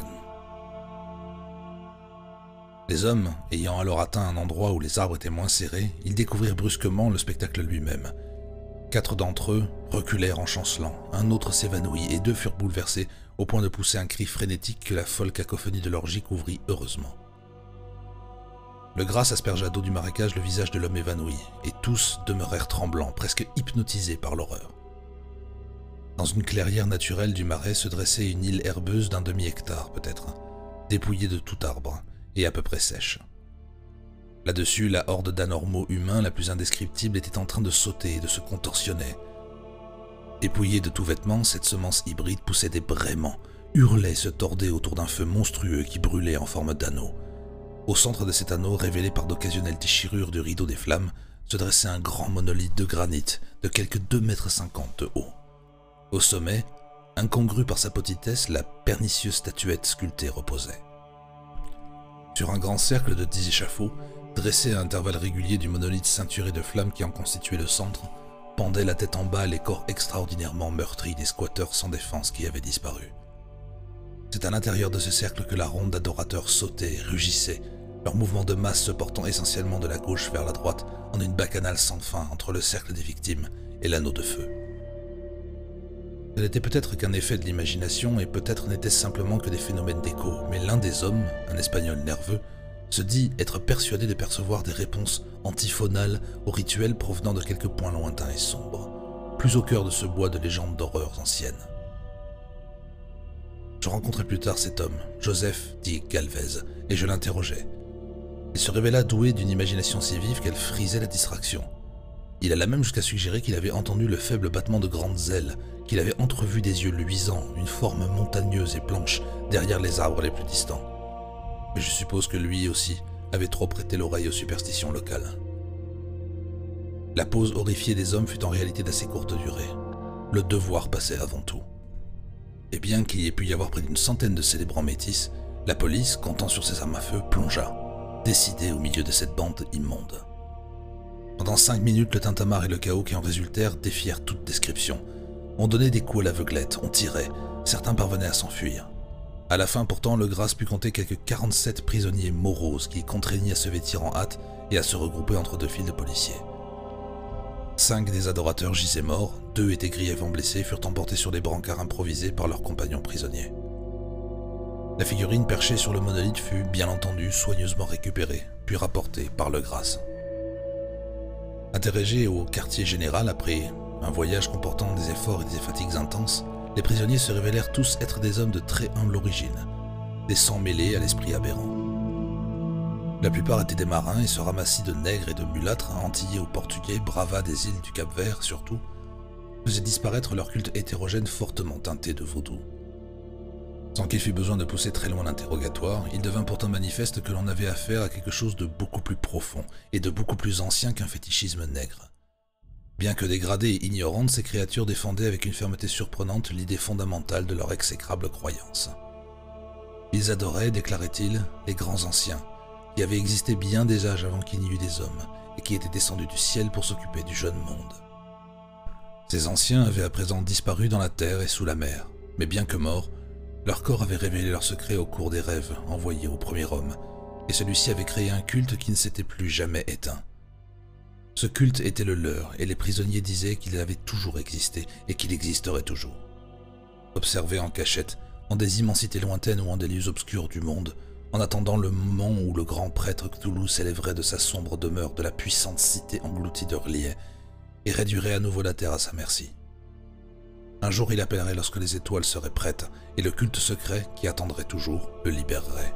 Les hommes, ayant alors atteint un endroit où les arbres étaient moins serrés, ils découvrirent brusquement le spectacle lui-même. 4 d'entre eux reculèrent en chancelant, un autre s'évanouit et 2 furent bouleversés au point de pousser un cri frénétique que la folle cacophonie de l'orgie couvrit heureusement. Le gras aspergea d'eau du marécage le visage de l'homme évanoui, et tous demeurèrent tremblants, presque hypnotisés par l'horreur. Dans une clairière naturelle du marais se dressait une île herbeuse d'un demi-hectare peut-être, dépouillée de tout arbre, et à peu près sèche. Là-dessus, la horde d'anormaux humains la plus indescriptible était en train de sauter et de se contorsionner. Dépouillée de tout vêtement, cette semence hybride poussait des braiements, hurlait, se tordait autour d'un feu monstrueux qui brûlait en forme d'anneau. Au centre de cet anneau, révélé par d'occasionnelles déchirures du rideau des flammes, se dressait un grand monolithe de granit de quelque 2,50 mètres de haut. Au sommet, incongrue par sa petitesse, la pernicieuse statuette sculptée reposait. Sur un grand cercle de 10 échafauds, dressés à intervalles réguliers du monolithe ceinturé de flammes qui en constituait le centre, pendaient la tête en bas les corps extraordinairement meurtris des squatteurs sans défense qui avaient disparu. C'est à l'intérieur de ce cercle que la ronde d'adorateurs sautait, rugissait, leurs mouvements de masse se portant essentiellement de la gauche vers la droite en une bacchanale sans fin entre le cercle des victimes et l'anneau de feu. Ce n'était peut-être qu'un effet de l'imagination et peut-être n'était-ce simplement que des phénomènes d'écho, mais l'un des hommes, un espagnol nerveux, se dit être persuadé de percevoir des réponses antiphonales aux rituels provenant de quelques points lointains et sombres, plus au cœur de ce bois de légendes d'horreurs anciennes. Je rencontrai plus tard cet homme, Joseph dit Galvez, et je l'interrogeai. Il se révéla doué d'une imagination si vive qu'elle frisait la distraction. Il alla même jusqu'à suggérer qu'il avait entendu le faible battement de grandes ailes, qu'il avait entrevu des yeux luisants, une forme montagneuse et blanche derrière les arbres les plus distants. Mais je suppose que lui aussi avait trop prêté l'oreille aux superstitions locales. La pause horrifiée des hommes fut en réalité d'assez courte durée. Le devoir passait avant tout. Et bien qu'il y ait pu y avoir près d'une centaine de célébrants métis, la police, comptant sur ses armes à feu, plongea, décidée au milieu de cette bande immonde. Pendant 5 minutes, le tintamarre et le chaos qui en résultèrent défièrent toute description. On donnait des coups à l'aveuglette, on tirait, certains parvenaient à s'enfuir. À la fin pourtant, le Gras put compter quelques 47 prisonniers moroses qui contraignit à se vêtir en hâte et à se regrouper entre 2 files de policiers. 5 des adorateurs gisaient morts, 2 étaient grièvement blessés et furent emportés sur des brancards improvisés par leurs compagnons prisonniers. La figurine perchée sur le monolithe fut, bien entendu, soigneusement récupérée, puis rapportée par le Gras. Interrogés au quartier général après un voyage comportant des efforts et des fatigues intenses, les prisonniers se révélèrent tous être des hommes de très humble origine, des sangs mêlés à l'esprit aberrant. La plupart étaient des marins et ce ramassis de nègres et de mulâtres, antillais ou portugais, bravats des îles du Cap-Vert surtout, faisaient disparaître leur culte hétérogène fortement teinté de vaudou. Sans qu'il fût besoin de pousser très loin l'interrogatoire, il devint pourtant manifeste que l'on avait affaire à quelque chose de beaucoup plus profond et de beaucoup plus ancien qu'un fétichisme nègre. Bien que dégradées et ignorantes, ces créatures défendaient avec une fermeté surprenante l'idée fondamentale de leur exécrable croyance. Ils adoraient, déclarait-il, les grands anciens, qui avaient existé bien des âges avant qu'il n'y eût des hommes, et qui étaient descendus du ciel pour s'occuper du jeune monde. Ces anciens avaient à présent disparu dans la terre et sous la mer, mais bien que morts, leur corps avait révélé leurs secrets au cours des rêves envoyés au premier homme, et celui-ci avait créé un culte qui ne s'était plus jamais éteint. Ce culte était le leur, et les prisonniers disaient qu'il avait toujours existé et qu'il existerait toujours. Observés en cachette, en des immensités lointaines ou en des lieux obscurs du monde, en attendant le moment où le grand prêtre Cthulhu s'élèverait de sa sombre demeure de la puissante cité engloutie de R'lyeh et réduirait à nouveau la terre à sa merci. Un jour il appellerait lorsque les étoiles seraient prêtes, et le culte secret, qui attendrait toujours, le libérerait.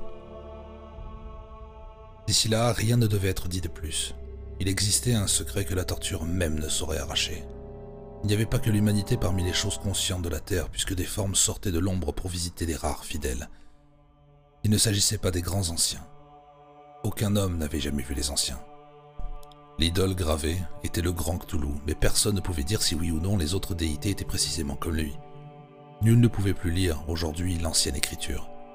D'ici là, rien ne devait être dit de plus. Il existait un secret que la torture même ne saurait arracher. Il n'y avait pas que l'humanité parmi les choses conscientes de la Terre, puisque des formes sortaient de l'ombre pour visiter les rares fidèles. Il ne s'agissait pas des grands anciens. Aucun homme n'avait jamais vu les anciens. L'idole gravée était le grand Cthulhu, mais personne ne pouvait dire si oui ou non les autres déités étaient précisément comme lui. Nul ne pouvait plus lire, aujourd'hui, l'ancienne écriture.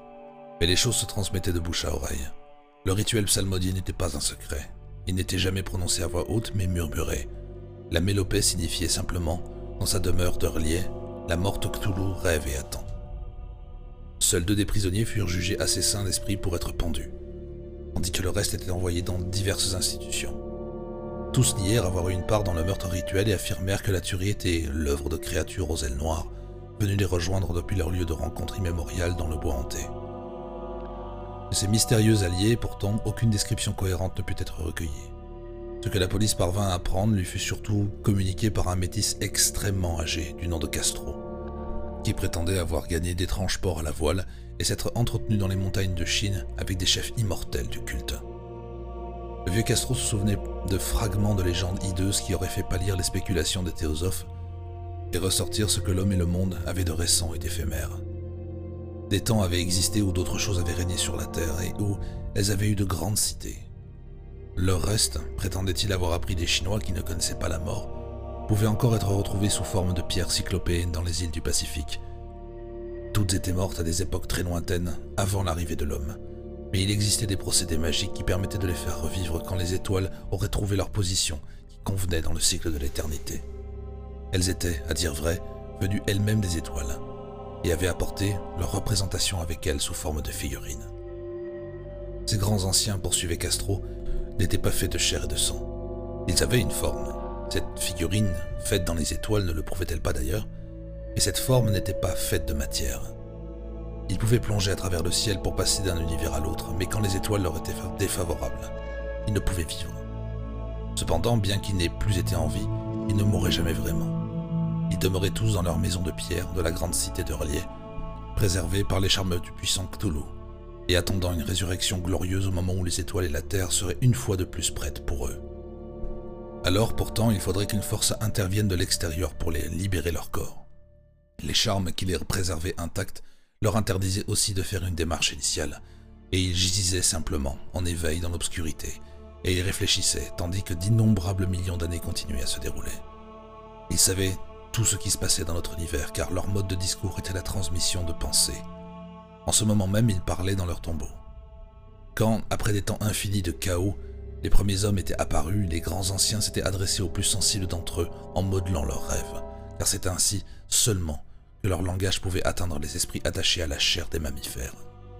Mais les choses se transmettaient de bouche à oreille. Le rituel psalmodié n'était pas un secret. Il n'était jamais prononcé à voix haute, mais murmuré. La mélopée signifiait simplement, dans sa demeure d'Hurlier, la morte Cthulhu rêve et attend. Seuls 2 des prisonniers furent jugés assez sains d'esprit pour être pendus, tandis que le reste était envoyé dans diverses institutions. Tous nièrent avoir eu une part dans le meurtre rituel et affirmèrent que la tuerie était l'œuvre de créatures aux ailes noires, venues les rejoindre depuis leur lieu de rencontre immémorial dans le bois hanté. De ces mystérieux alliés, pourtant, aucune description cohérente ne put être recueillie. Ce que la police parvint à apprendre lui fut surtout communiqué par un métis extrêmement âgé du nom de Castro, qui prétendait avoir gagné d'étranges ports à la voile et s'être entretenu dans les montagnes de Chine avec des chefs immortels du culte. Le vieux Castro se souvenait de fragments de légendes hideuses qui auraient fait pâlir les spéculations des théosophes et ressortir ce que l'homme et le monde avaient de récent et d'éphémère. Des temps avaient existé où d'autres choses avaient régné sur la terre et où elles avaient eu de grandes cités. Leur reste, prétendait-il avoir appris des Chinois qui ne connaissaient pas la mort, pouvait encore être retrouvé sous forme de pierres cyclopéennes dans les îles du Pacifique. Toutes étaient mortes à des époques très lointaines, avant l'arrivée de l'homme, mais il existait des procédés magiques qui permettaient de les faire revivre quand les étoiles auraient trouvé leur position qui convenait dans le cycle de l'éternité. Elles étaient, à dire vrai, venues elles-mêmes des étoiles, et avaient apporté leur représentation avec elles sous forme de figurines. Ces grands anciens, poursuivait Castro, n'étaient pas faits de chair et de sang. Ils avaient une forme. Cette figurine, faite dans les étoiles, ne le prouvait-elle pas d'ailleurs? Et cette forme n'était pas faite de matière. Ils pouvaient plonger à travers le ciel pour passer d'un univers à l'autre, mais quand les étoiles leur étaient défavorables, ils ne pouvaient vivre. Cependant, bien qu'ils n'aient plus été en vie, ils ne mouraient jamais vraiment. Ils demeuraient tous dans leur maison de pierre de la grande cité d'Hurlier, préservés par les charmes du puissant Cthulhu, et attendant une résurrection glorieuse au moment où les étoiles et la terre seraient une fois de plus prêtes pour eux. Alors, pourtant, il faudrait qu'une force intervienne de l'extérieur pour les libérer leur corps. Les charmes qui les préservaient intacts leur interdisaient aussi de faire une démarche initiale, et ils gisaient simplement, en éveil dans l'obscurité, et ils réfléchissaient, tandis que d'innombrables millions d'années continuaient à se dérouler. Ils savaient tout ce qui se passait dans notre univers, car leur mode de discours était la transmission de pensées. En ce moment même, ils parlaient dans leur tombeau. Quand, après des temps infinis de chaos, les premiers hommes étaient apparus, les grands anciens s'étaient adressés aux plus sensibles d'entre eux en modelant leurs rêves, car c'était ainsi seulement que leur langage pouvait atteindre les esprits attachés à la chair des mammifères.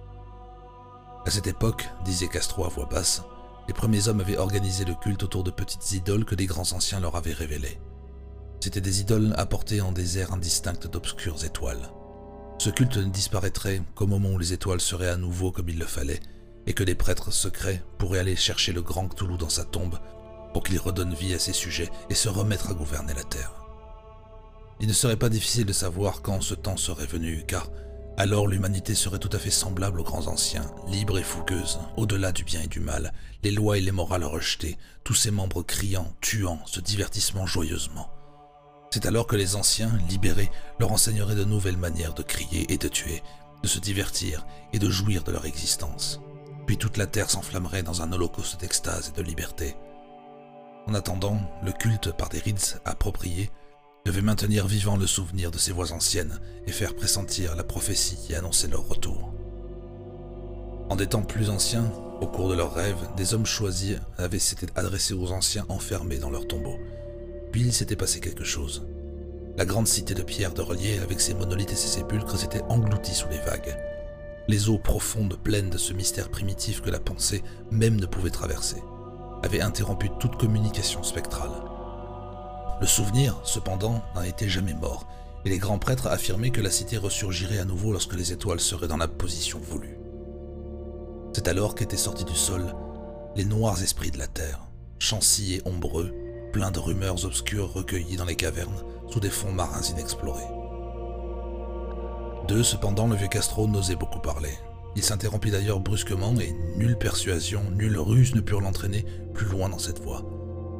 À cette époque, disait Castro à voix basse, les premiers hommes avaient organisé le culte autour de petites idoles que les grands anciens leur avaient révélées. C'étaient des idoles apportées en des airs indistincts d'obscures étoiles. Ce culte ne disparaîtrait qu'au moment où les étoiles seraient à nouveau comme il le fallait, et que les prêtres secrets pourraient aller chercher le grand Cthulhu dans sa tombe pour qu'il redonne vie à ses sujets et se remettre à gouverner la terre. Il ne serait pas difficile de savoir quand ce temps serait venu, car alors l'humanité serait tout à fait semblable aux grands anciens, libre et fougueuse, au-delà du bien et du mal, les lois et les morales rejetées, tous ses membres criant, tuant, se divertissant joyeusement. C'est alors que les anciens, libérés, leur enseigneraient de nouvelles manières de crier et de tuer, de se divertir et de jouir de leur existence. Puis toute la terre s'enflammerait dans un holocauste d'extase et de liberté. En attendant, le culte, par des rites appropriés, devait maintenir vivant le souvenir de ces voix anciennes et faire pressentir la prophétie qui annonçait leur retour. En des temps plus anciens, au cours de leurs rêves, des hommes choisis s'étaient adressés aux anciens enfermés dans leurs tombeaux. Puis il s'était passé quelque chose. La grande cité de pierre d'Hurlier, avec ses monolithes et ses sépulcres, s'était engloutie sous les vagues. Les eaux profondes, pleines de ce mystère primitif que la pensée même ne pouvait traverser, avaient interrompu toute communication spectrale. Le souvenir, cependant, n'en était jamais mort, et les grands prêtres affirmaient que la cité ressurgirait à nouveau lorsque les étoiles seraient dans la position voulue. C'est alors qu'étaient sortis du sol les noirs esprits de la terre, chancis et ombreux, pleins de rumeurs obscures recueillies dans les cavernes sous des fonds marins inexplorés. D'eux, cependant, le vieux Castro n'osait beaucoup parler. Il s'interrompit d'ailleurs brusquement et nulle persuasion, nulle ruse ne purent l'entraîner plus loin dans cette voie.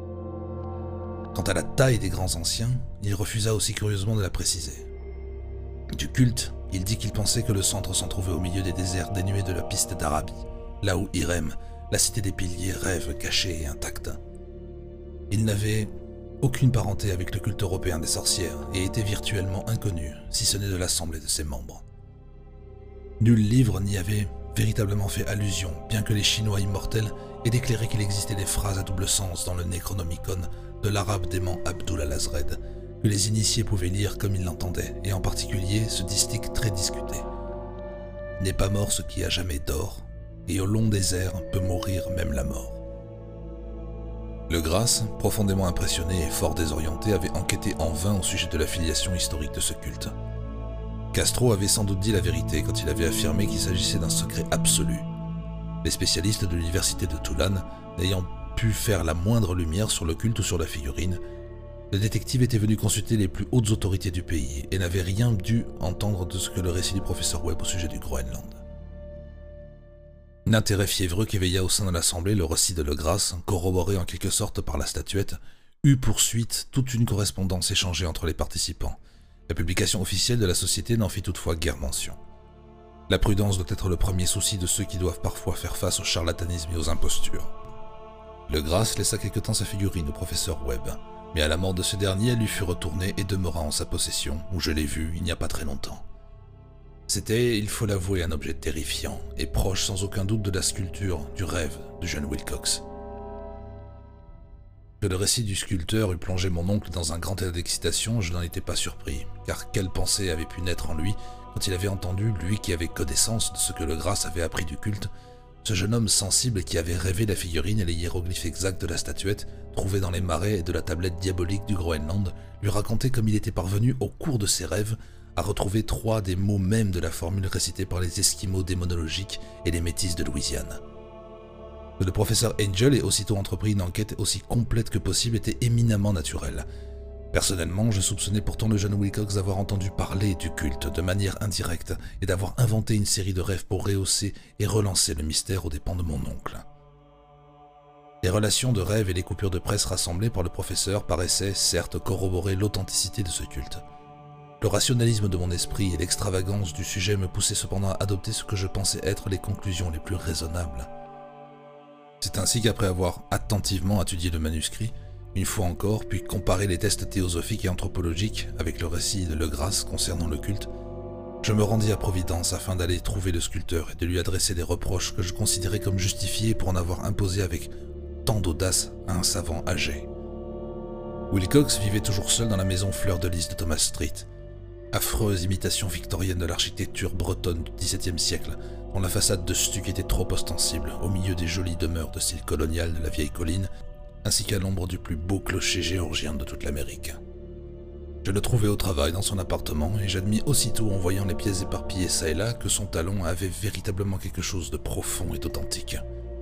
Quant à la taille des grands anciens, il refusa aussi curieusement de la préciser. Du culte, il dit qu'il pensait que le centre s'en trouvait au milieu des déserts dénués de la piste d'Arabie, là où Irem, la cité des piliers, rêve cachée et intacte. Il n'avait aucune parenté avec le culte européen des sorcières et était virtuellement inconnu, si ce n'est de l'assemblée de ses membres. Nul livre n'y avait véritablement fait allusion, bien que les Chinois immortels aient déclaré qu'il existait des phrases à double sens dans le Necronomicon de l'arabe dément Abdul al-Azred, que les initiés pouvaient lire comme ils l'entendaient, et en particulier ce distique très discuté. N'est pas mort ce qui a jamais d'or, et au long des airs peut mourir même la mort. Le Grasse, profondément impressionné et fort désorienté, avait enquêté en vain au sujet de la filiation historique de ce culte. Castro avait sans doute dit la vérité quand il avait affirmé qu'il s'agissait d'un secret absolu. Les spécialistes de l'université de Tulane n'ayant pu faire la moindre lumière sur le culte ou sur la figurine, le détective était venu consulter les plus hautes autorités du pays et n'avait rien dû entendre de ce que le récit du professeur Webb au sujet du Groenland. Un intérêt fiévreux qu'éveilla au sein de l'assemblée le récit de Legrasse, corroboré en quelque sorte par la statuette, eut pour suite toute une correspondance échangée entre les participants. La publication officielle de la société n'en fit toutefois guère mention. La prudence doit être le premier souci de ceux qui doivent parfois faire face au charlatanisme et aux impostures. Legrasse laissa quelque temps sa figurine au professeur Webb, mais à la mort de ce dernier, elle lui fut retournée et demeura en sa possession, où je l'ai vue il n'y a pas très longtemps. C'était, il faut l'avouer, un objet terrifiant et proche sans aucun doute de la sculpture du rêve du jeune Wilcox. Que le récit du sculpteur eût plongé mon oncle dans un grand état d'excitation, je n'en étais pas surpris, car quelle pensée avait pu naître en lui quand il avait entendu, lui qui avait connaissance de ce que Legrasse avait appris du culte, ce jeune homme sensible qui avait rêvé la figurine et les hiéroglyphes exacts de la statuette, trouvée dans les marais et de la tablette diabolique du Groenland, lui raconter comme il était parvenu, au cours de ses rêves, à retrouver 3 des mots mêmes de la formule récitée par les Esquimaux démonologiques et les Métis de Louisiane. Que le professeur Angel ait aussitôt entrepris une enquête aussi complète que possible était éminemment naturel. Personnellement, je soupçonnais pourtant le jeune Wilcox d'avoir entendu parler du culte de manière indirecte et d'avoir inventé une série de rêves pour rehausser et relancer le mystère aux dépens de mon oncle. Les relations de rêve et les coupures de presse rassemblées par le professeur paraissaient certes corroborer l'authenticité de ce culte. Le rationalisme de mon esprit et l'extravagance du sujet me poussaient cependant à adopter ce que je pensais être les conclusions les plus raisonnables. C'est ainsi qu'après avoir attentivement étudié le manuscrit, une fois encore, puis comparer les tests théosophiques et anthropologiques avec le récit de Legrasse concernant le culte, je me rendis à Providence afin d'aller trouver le sculpteur et de lui adresser des reproches que je considérais comme justifiés pour en avoir imposé avec tant d'audace à un savant âgé. Wilcox vivait toujours seul dans la maison Fleur de Lys de Thomas Street, affreuse imitation victorienne de l'architecture bretonne du XVIIe siècle, dont la façade de stuc était trop ostensible, au milieu des jolies demeures de style colonial de la vieille colline, ainsi qu'à l'ombre du plus beau clocher géorgien de toute l'Amérique. Je le trouvai au travail dans son appartement, et j'admis aussitôt en voyant les pièces éparpillées çà et là que son talent avait véritablement quelque chose de profond et d'authentique.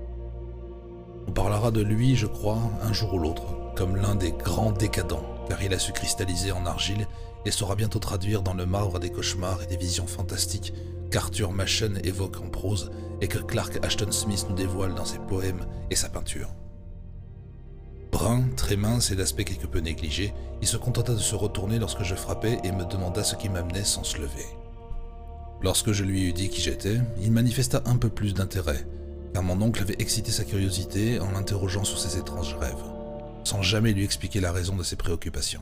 On parlera de lui, je crois, un jour ou l'autre, comme l'un des grands décadents, car il a su cristalliser en argile et saura bientôt traduire dans le marbre des cauchemars et des visions fantastiques qu'Arthur Machen évoque en prose et que Clark Ashton Smith nous dévoile dans ses poèmes et sa peinture. Brun, très mince et d'aspect quelque peu négligé, il se contenta de se retourner lorsque je frappais et me demanda ce qui m'amenait sans se lever. Lorsque je lui eus dit qui j'étais, il manifesta un peu plus d'intérêt, car mon oncle avait excité sa curiosité en l'interrogeant sur ses étranges rêves, sans jamais lui expliquer la raison de ses préoccupations.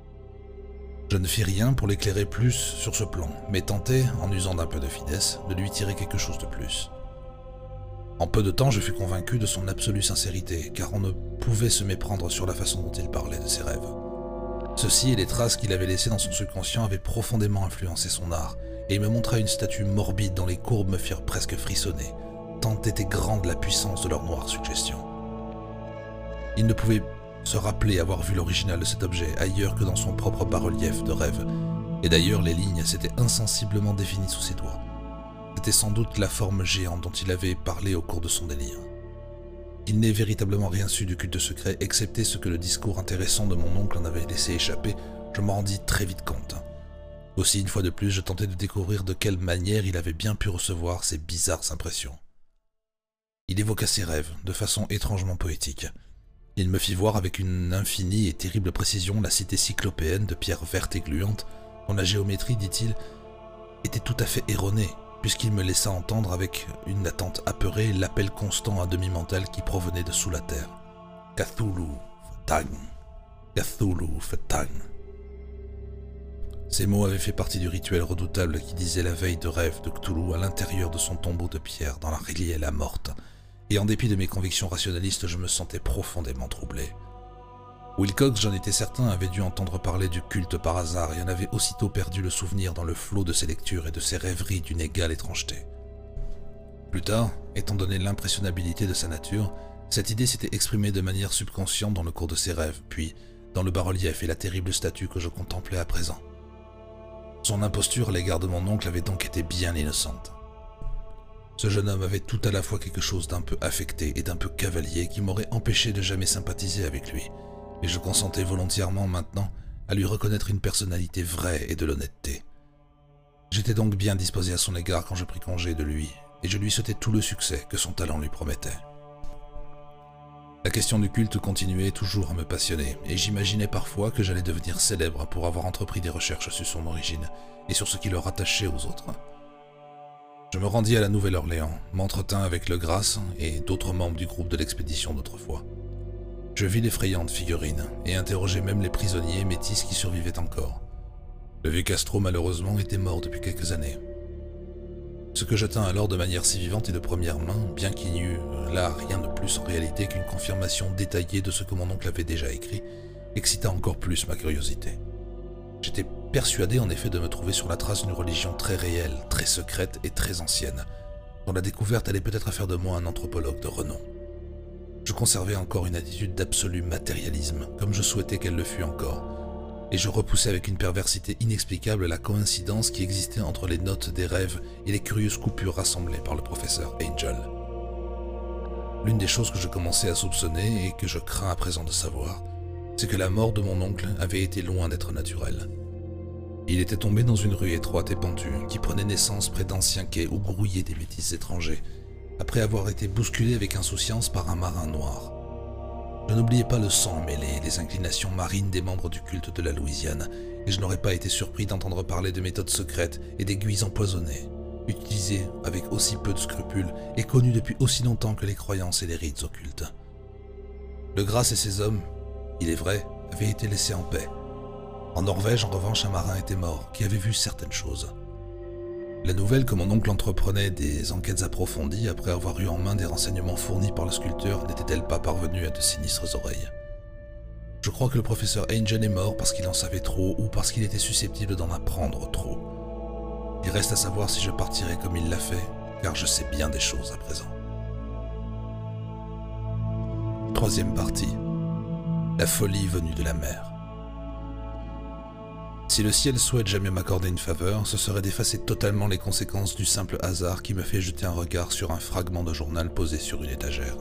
Je ne fis rien pour l'éclairer plus sur ce plan, mais tentai, en usant d'un peu de finesse, de lui tirer quelque chose de plus. En peu de temps, je fus convaincu de son absolue sincérité, car on ne pouvait se méprendre sur la façon dont il parlait de ses rêves. Ceci et les traces qu'il avait laissées dans son subconscient avaient profondément influencé son art, et il me montra une statue morbide dont les courbes me firent presque frissonner, tant était grande la puissance de leur noire suggestion. Il ne pouvait se rappeler avoir vu l'original de cet objet ailleurs que dans son propre bas-relief de rêve, et d'ailleurs les lignes s'étaient insensiblement définies sous ses doigts. C'était sans doute la forme géante dont il avait parlé au cours de son délire. Il n'ait véritablement rien su du culte secret, excepté ce que le discours intéressant de mon oncle en avait laissé échapper, je m'en rendis très vite compte. Aussi, une fois de plus, je tentais de découvrir de quelle manière il avait bien pu recevoir ces bizarres impressions. Il évoqua ses rêves, de façon étrangement poétique. Il me fit voir avec une infinie et terrible précision la cité cyclopéenne de pierres vertes et gluantes, dont la géométrie, dit-il, était tout à fait erronée, puisqu'il me laissa entendre avec une attente apeurée l'appel constant à demi-mental qui provenait de sous la terre. Cthulhu Fetang, Cthulhu Fetang. Ces mots avaient fait partie du rituel redoutable qui disait la veille de rêve de Cthulhu à l'intérieur de son tombeau de pierre dans la Riliella morte, et en dépit de mes convictions rationalistes, je me sentais profondément troublé. Wilcox, j'en étais certain, avait dû entendre parler du culte par hasard et en avait aussitôt perdu le souvenir dans le flot de ses lectures et de ses rêveries d'une égale étrangeté. Plus tard, étant donné l'impressionnabilité de sa nature, cette idée s'était exprimée de manière subconsciente dans le cours de ses rêves, puis dans le bas-relief et la terrible statue que je contemplais à présent. Son imposture à l'égard de mon oncle avait donc été bien innocente. Ce jeune homme avait tout à la fois quelque chose d'un peu affecté et d'un peu cavalier qui m'aurait empêché de jamais sympathiser avec lui, et je consentais volontiers maintenant à lui reconnaître une personnalité vraie et de l'honnêteté. J'étais donc bien disposé à son égard quand je pris congé de lui, et je lui souhaitais tout le succès que son talent lui promettait. La question du culte continuait toujours à me passionner, et j'imaginais parfois que j'allais devenir célèbre pour avoir entrepris des recherches sur son origine et sur ce qui le rattachait aux autres. Je me rendis à la Nouvelle-Orléans, m'entretins avec Le Grasse et d'autres membres du groupe de l'expédition d'autrefois. Je vis d'effrayantes figurines et interrogeai même les prisonniers métis qui survivaient encore. Le vieux Castro, malheureusement, était mort depuis quelques années. Ce que je tins alors de manière si vivante et de première main, bien qu'il n'y eût là rien de plus en réalité qu'une confirmation détaillée de ce que mon oncle avait déjà écrit, excita encore plus ma curiosité. J'étais persuadé en effet de me trouver sur la trace d'une religion très réelle, très secrète et très ancienne, dont la découverte allait peut-être faire de moi un anthropologue de renom. Je conservais encore une attitude d'absolu matérialisme, comme je souhaitais qu'elle le fût encore, et je repoussais avec une perversité inexplicable la coïncidence qui existait entre les notes des rêves et les curieuses coupures rassemblées par le professeur Angel. L'une des choses que je commençais à soupçonner et que je crains à présent de savoir, c'est que la mort de mon oncle avait été loin d'être naturelle. Il était tombé dans une rue étroite et pentue qui prenait naissance près d'anciens quais où grouillaient des métis étrangers, après avoir été bousculé avec insouciance par un marin noir. Je n'oubliais pas le sang mêlé et les inclinations marines des membres du culte de la Louisiane, et je n'aurais pas été surpris d'entendre parler de méthodes secrètes et d'aiguilles empoisonnées, utilisées avec aussi peu de scrupules et connues depuis aussi longtemps que les croyances et les rites occultes. Le Grasse et ses hommes, il est vrai, avaient été laissés en paix. En Norvège, en revanche, un marin était mort, qui avait vu certaines choses. La nouvelle que mon oncle entreprenait des enquêtes approfondies après avoir eu en main des renseignements fournis par le sculpteur n'était-elle pas parvenue à de sinistres oreilles. Je crois que le professeur Angel est mort parce qu'il en savait trop ou parce qu'il était susceptible d'en apprendre trop. Il reste à savoir si je partirai comme il l'a fait, car je sais bien des choses à présent. Troisième partie. La folie venue de la mer. Si le ciel souhaite jamais m'accorder une faveur, ce serait d'effacer totalement les conséquences du simple hasard qui me fait jeter un regard sur un fragment de journal posé sur une étagère.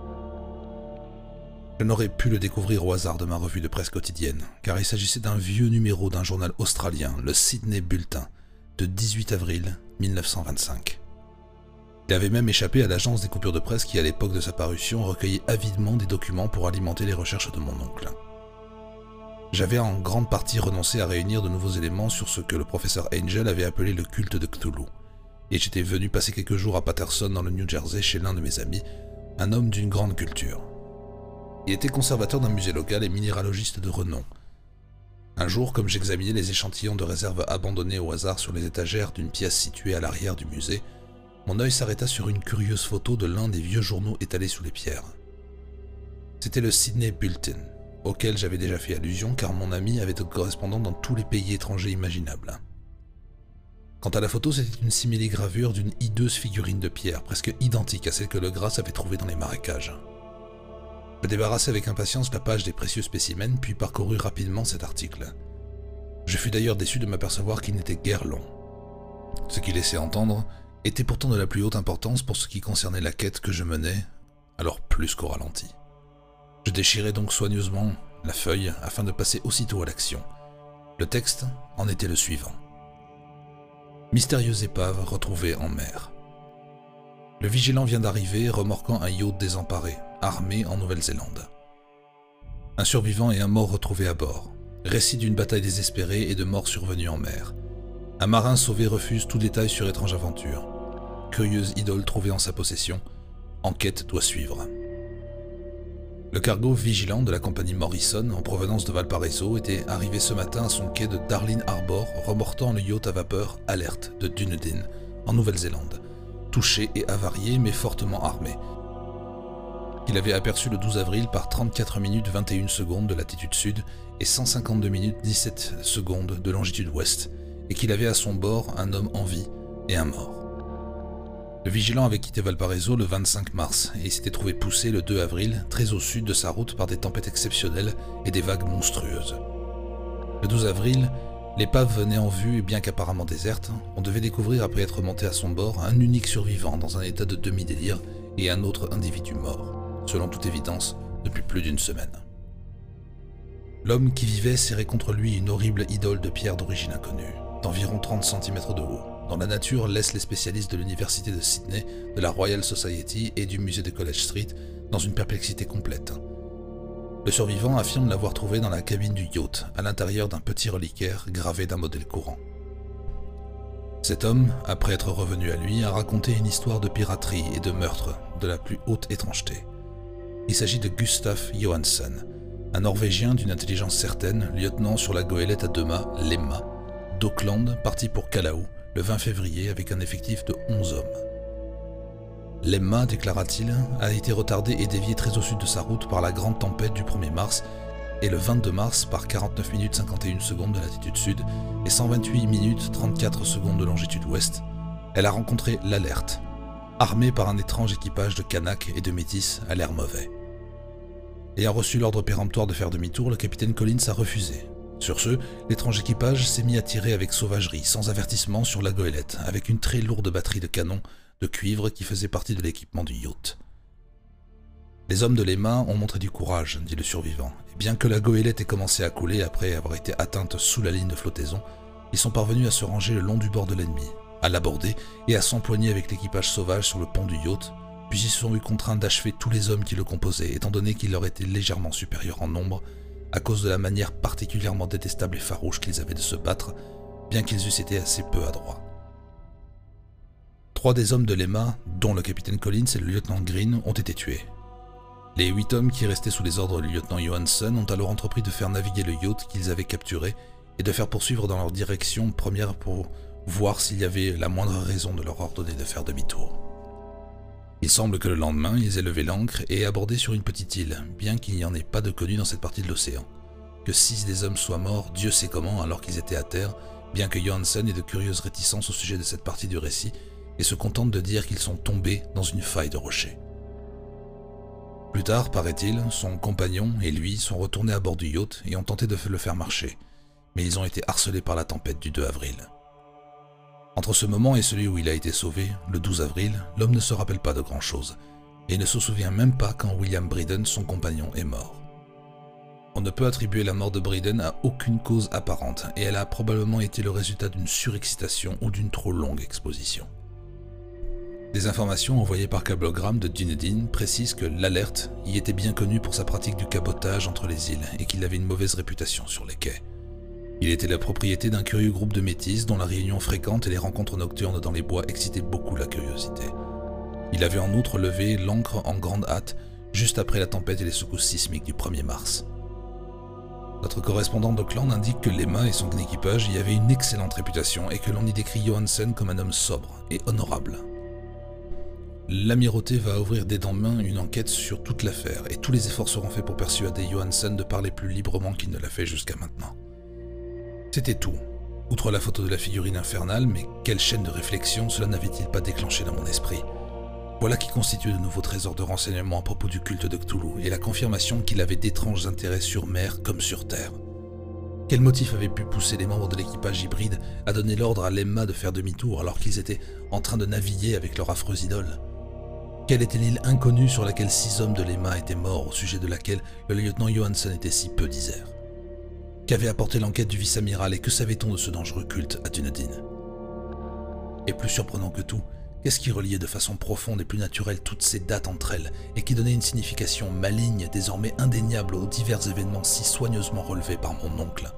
Je n'aurais pu le découvrir au hasard de ma revue de presse quotidienne, car il s'agissait d'un vieux numéro d'un journal australien, le Sydney Bulletin, de 18 avril 1925. Il avait même échappé à l'agence des coupures de presse qui, à l'époque de sa parution, recueillait avidement des documents pour alimenter les recherches de mon oncle. J'avais en grande partie renoncé à réunir de nouveaux éléments sur ce que le professeur Angel avait appelé le culte de Cthulhu, et j'étais venu passer quelques jours à Paterson dans le New Jersey chez l'un de mes amis, un homme d'une grande culture. Il était conservateur d'un musée local et minéralogiste de renom. Un jour, comme j'examinais les échantillons de réserve abandonnés au hasard sur les étagères d'une pièce située à l'arrière du musée, mon œil s'arrêta sur une curieuse photo de l'un des vieux journaux étalés sous les pierres. C'était le Sydney Bulletin, auquel j'avais déjà fait allusion car mon ami avait un correspondant dans tous les pays étrangers imaginables. Quant à la photo, c'était une simili-gravure d'une hideuse figurine de pierre, presque identique à celle que Le Grasse avait trouvée dans les marécages. Je débarrassai avec impatience la page des précieux spécimens, puis parcourus rapidement cet article. Je fus d'ailleurs déçu de m'apercevoir qu'il n'était guère long. Ce qu'il laissait entendre était pourtant de la plus haute importance pour ce qui concernait la quête que je menais, alors plus qu'au ralenti. Je déchirai donc soigneusement la feuille afin de passer aussitôt à l'action. Le texte en était le suivant. Mystérieuse épave retrouvée en mer. Le vigilant vient d'arriver, remorquant un yacht désemparé, armé en Nouvelle-Zélande. Un survivant et un mort retrouvés à bord. Récit d'une bataille désespérée et de morts survenus en mer. Un marin sauvé refuse tout détail sur étrange aventure. Curieuse idole trouvée en sa possession. Enquête doit suivre. Le cargo Vigilant de la compagnie Morrison, en provenance de Valparaiso, était arrivé ce matin à son quai de Darling Harbour, remorquant le yacht à vapeur Alert de Dunedin, en Nouvelle-Zélande, touché et avarié mais fortement armé. Il avait aperçu le 12 avril par 34 minutes 21 secondes de latitude sud et 152 minutes 17 secondes de longitude ouest, et qu'il avait à son bord un homme en vie et un mort. Le Vigilant avait quitté Valparaiso le 25 mars et s'était trouvé poussé le 2 avril, très au sud de sa route par des tempêtes exceptionnelles et des vagues monstrueuses. Le 12 avril, l'épave venait en vue et bien qu'apparemment déserte, on devait découvrir après être monté à son bord un unique survivant dans un état de demi-délire et un autre individu mort, selon toute évidence, depuis plus d'une semaine. L'homme qui vivait serrait contre lui une horrible idole de pierre d'origine inconnue, d'environ 30 cm de haut, dont la nature laisse les spécialistes de l'université de Sydney, de la Royal Society et du musée de College Street dans une perplexité complète. Le survivant affirme l'avoir trouvé dans la cabine du yacht, à l'intérieur d'un petit reliquaire gravé d'un modèle courant. Cet homme, après être revenu à lui, a raconté une histoire de piraterie et de meurtre de la plus haute étrangeté. Il s'agit de Gustaf Johansson, un Norvégien d'une intelligence certaine, lieutenant sur la goélette à 2 mâts, l'Emma, d'Auckland, parti pour Callao, le 20 février avec un effectif de 11 hommes. L'Emma, déclara-t-il, a été retardée et déviée très au sud de sa route par la grande tempête du 1er mars et le 22 mars par 49 minutes 51 secondes de latitude sud et 128 minutes 34 secondes de longitude ouest, elle a rencontré l'Alert, armée par un étrange équipage de Kanaks et de métis à l'air mauvais. Ayant reçu l'ordre péremptoire de faire demi-tour, le capitaine Collins a refusé. Sur ce, l'étrange équipage s'est mis à tirer avec sauvagerie, sans avertissement, sur la goélette, avec une très lourde batterie de canons de cuivre qui faisait partie de l'équipement du yacht. Les hommes de l'Emma ont montré du courage, dit le survivant, et bien que la goélette ait commencé à couler après avoir été atteinte sous la ligne de flottaison, ils sont parvenus à se ranger le long du bord de l'ennemi, à l'aborder et à s'empoigner avec l'équipage sauvage sur le pont du yacht, puis ils se sont vus contraints d'achever tous les hommes qui le composaient, étant donné qu'ils leur étaient légèrement supérieurs en nombre, à cause de la manière particulièrement détestable et farouche qu'ils avaient de se battre, bien qu'ils eussent été assez peu adroits. 3 des hommes de l'Emma, dont le capitaine Collins et le lieutenant Green, ont été tués. Les 8 hommes qui restaient sous les ordres du lieutenant Johansson ont alors entrepris de faire naviguer le yacht qu'ils avaient capturé et de faire poursuivre dans leur direction première pour voir s'il y avait la moindre raison de leur ordonner de faire demi-tour. Il semble que le lendemain, ils aient levé l'ancre et abordé sur une petite île, bien qu'il n'y en ait pas de connu dans cette partie de l'océan. Que 6 des hommes soient morts, Dieu sait comment, alors qu'ils étaient à terre, bien que Johansson ait de curieuses réticences au sujet de cette partie du récit, et se contente de dire qu'ils sont tombés dans une faille de rocher. Plus tard, paraît-il, son compagnon et lui sont retournés à bord du yacht et ont tenté de le faire marcher, mais ils ont été harcelés par la tempête du 2 avril. Entre ce moment et celui où il a été sauvé, le 12 avril, l'homme ne se rappelle pas de grand-chose, et ne se souvient même pas quand William Breeden, son compagnon, est mort. On ne peut attribuer la mort de Breeden à aucune cause apparente, et elle a probablement été le résultat d'une surexcitation ou d'une trop longue exposition. Des informations envoyées par cablogramme de Dunedin précisent que l'Alert y était bien connu pour sa pratique du cabotage entre les îles et qu'il avait une mauvaise réputation sur les quais. Il était la propriété d'un curieux groupe de métis dont la réunion fréquente et les rencontres nocturnes dans les bois excitaient beaucoup la curiosité. Il avait en outre levé l'ancre en grande hâte juste après la tempête et les secousses sismiques du 1er mars. Notre correspondant d'Auckland indique que l'Emma et son équipage y avaient une excellente réputation et que l'on y décrit Johansson comme un homme sobre et honorable. L'amirauté va ouvrir dès demain une enquête sur toute l'affaire et tous les efforts seront faits pour persuader Johansson de parler plus librement qu'il ne l'a fait jusqu'à maintenant. C'était tout. Outre la photo de la figurine infernale, mais quelle chaîne de réflexion cela n'avait-il pas déclenché dans mon esprit? Voilà qui constitue de nouveaux trésors de renseignements à propos du culte de Cthulhu et la confirmation qu'il avait d'étranges intérêts sur mer comme sur terre. Quel motif avait pu pousser les membres de l'équipage hybride à donner l'ordre à l'Emma de faire demi-tour alors qu'ils étaient en train de naviguer avec leur affreuse idole? Quelle était l'île inconnue sur laquelle 6 hommes de l'Emma étaient morts, au sujet de laquelle le lieutenant Johansson était si peu disert? Qu'avait apporté l'enquête du vice-amiral et que savait-on de ce dangereux culte à Dunedin? Et plus surprenant que tout, qu'est-ce qui reliait de façon profonde et plus naturelle toutes ces dates entre elles et qui donnait une signification maligne désormais indéniable aux divers événements si soigneusement relevés par mon oncle?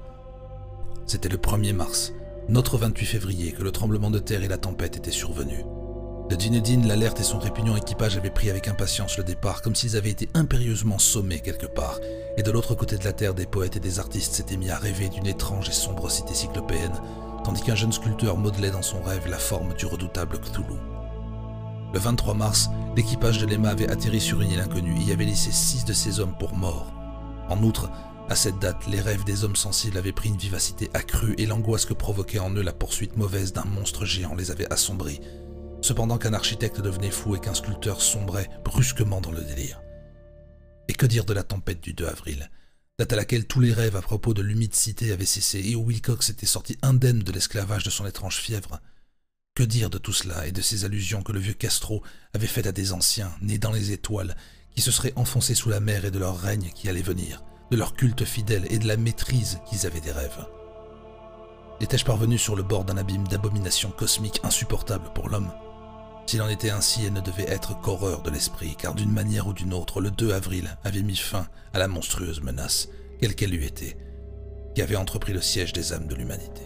C'était le 1er mars, notre 28 février, que le tremblement de terre et la tempête étaient survenus. De Dunedin, l'Alert et son répugnant équipage avaient pris avec impatience le départ, comme s'ils avaient été impérieusement sommés quelque part, et de l'autre côté de la terre, des poètes et des artistes s'étaient mis à rêver d'une étrange et sombre cité cyclopéenne, tandis qu'un jeune sculpteur modelait dans son rêve la forme du redoutable Cthulhu. Le 23 mars, l'équipage de l'Emma avait atterri sur une île inconnue et y avait laissé 6 de ses hommes pour morts. En outre, à cette date, les rêves des hommes sensibles avaient pris une vivacité accrue et l'angoisse que provoquait en eux la poursuite mauvaise d'un monstre géant les avait assombris, cependant qu'un architecte devenait fou et qu'un sculpteur sombrait brusquement dans le délire. Et que dire de la tempête du 2 avril, date à laquelle tous les rêves à propos de l'humide cité avaient cessé et où Wilcox était sorti indemne de l'esclavage de son étrange fièvre. Que dire de tout cela et de ces allusions que le vieux Castro avait faites à des anciens, nés dans les étoiles, qui se seraient enfoncés sous la mer et de leur règne qui allait venir, de leur culte fidèle et de la maîtrise qu'ils avaient des rêves. Étais-je parvenu sur le bord d'un abîme d'abominations cosmiques insupportables pour l'homme? S'il en était ainsi, elle ne devait être qu'horreur de l'esprit, car d'une manière ou d'une autre, le 2 avril avait mis fin à la monstrueuse menace, quelle qu'elle eût été, qui avait entrepris le siège des âmes de l'humanité.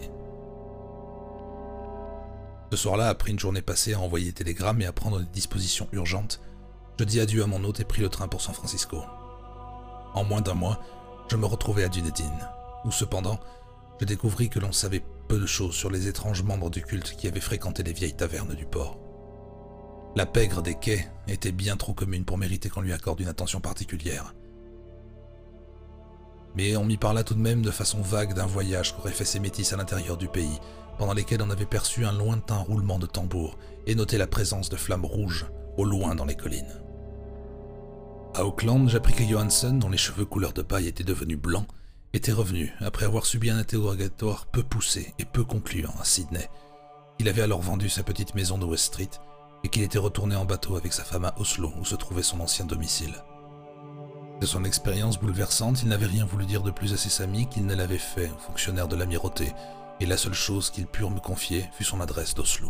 Ce soir-là, après une journée passée à envoyer télégrammes et à prendre des dispositions urgentes, je dis adieu à mon hôte et pris le train pour San Francisco. En moins d'un mois, je me retrouvais à Dunedin, où cependant, je découvris que l'on savait peu de choses sur les étranges membres du culte qui avaient fréquenté les vieilles tavernes du port. La pègre des quais était bien trop commune pour mériter qu'on lui accorde une attention particulière. Mais on m'y parla tout de même de façon vague d'un voyage qu'auraient fait ces métis à l'intérieur du pays, pendant lesquels on avait perçu un lointain roulement de tambour et noté la présence de flammes rouges au loin dans les collines. À Auckland, j'appris que Johansson, dont les cheveux couleur de paille étaient devenus blancs, était revenu après avoir subi un interrogatoire peu poussé et peu concluant à Sydney. Il avait alors vendu sa petite maison de West Street et qu'il était retourné en bateau avec sa femme à Oslo où se trouvait son ancien domicile. De son expérience bouleversante, il n'avait rien voulu dire de plus à ses amis qu'il ne l'avait fait au fonctionnaire de l'amirauté, et la seule chose qu'ils purent me confier fut son adresse d'Oslo.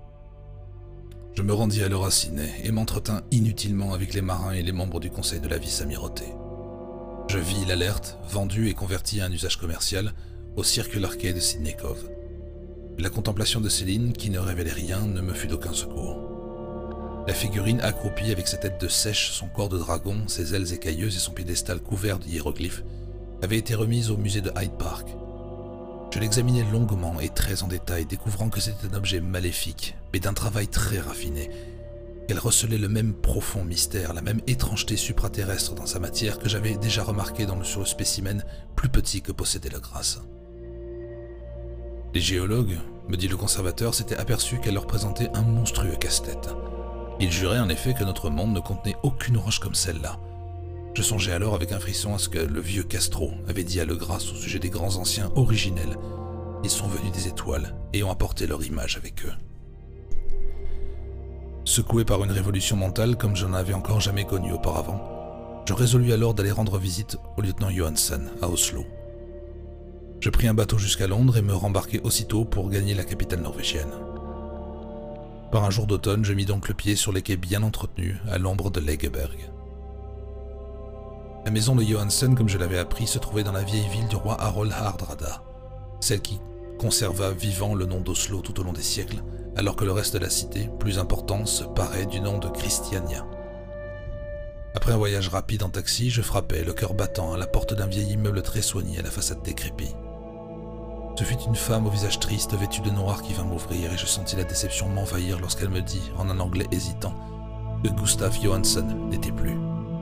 Je me rendis alors à Sydney et m'entretins inutilement avec les marins et les membres du conseil de la vice-amirauté. Je vis l'Alert, vendue et convertie à un usage commercial, au Circular Quay de Sydney Cove. La contemplation de Céline, qui ne révélait rien, ne me fut d'aucun secours. La figurine accroupie avec sa tête de sèche, son corps de dragon, ses ailes écailleuses et son piédestal couvert de hiéroglyphes, avait été remise au musée de Hyde Park. Je l'examinais longuement et très en détail, découvrant que c'était un objet maléfique, mais d'un travail très raffiné, qu'elle recelait le même profond mystère, la même étrangeté supraterrestre dans sa matière que j'avais déjà remarqué sur le spécimen plus petit que possédait le Grasse. Les géologues, me dit le conservateur, s'étaient aperçus qu'elle leur présentait un monstrueux casse-tête. Ils juraient en effet que notre monde ne contenait aucune roche comme celle-là. Je songeais alors avec un frisson à ce que le vieux Castro avait dit à Legrasse au sujet des grands anciens originels. Ils sont venus des étoiles et ont apporté leur image avec eux. Secoué par une révolution mentale comme je n'en avais encore jamais connue auparavant, je résolus alors d'aller rendre visite au lieutenant Johansson à Oslo. Je pris un bateau jusqu'à Londres et me rembarquai aussitôt pour gagner la capitale norvégienne. Par un jour d'automne, je mis donc le pied sur les quais bien entretenus à l'ombre de Legeberg. La maison de Johansson, comme je l'avais appris, se trouvait dans la vieille ville du roi Harold Hardrada, celle qui conserva vivant le nom d'Oslo tout au long des siècles, alors que le reste de la cité, plus important, se parait du nom de Christiania. Après un voyage rapide en taxi, je frappai, le cœur battant, à la porte d'un vieil immeuble très soigné à la façade décrépie. Ce fut une femme au visage triste, vêtue de noir qui vint m'ouvrir et je sentis la déception m'envahir lorsqu'elle me dit, en un anglais hésitant, que Gustav Johansson n'était plus.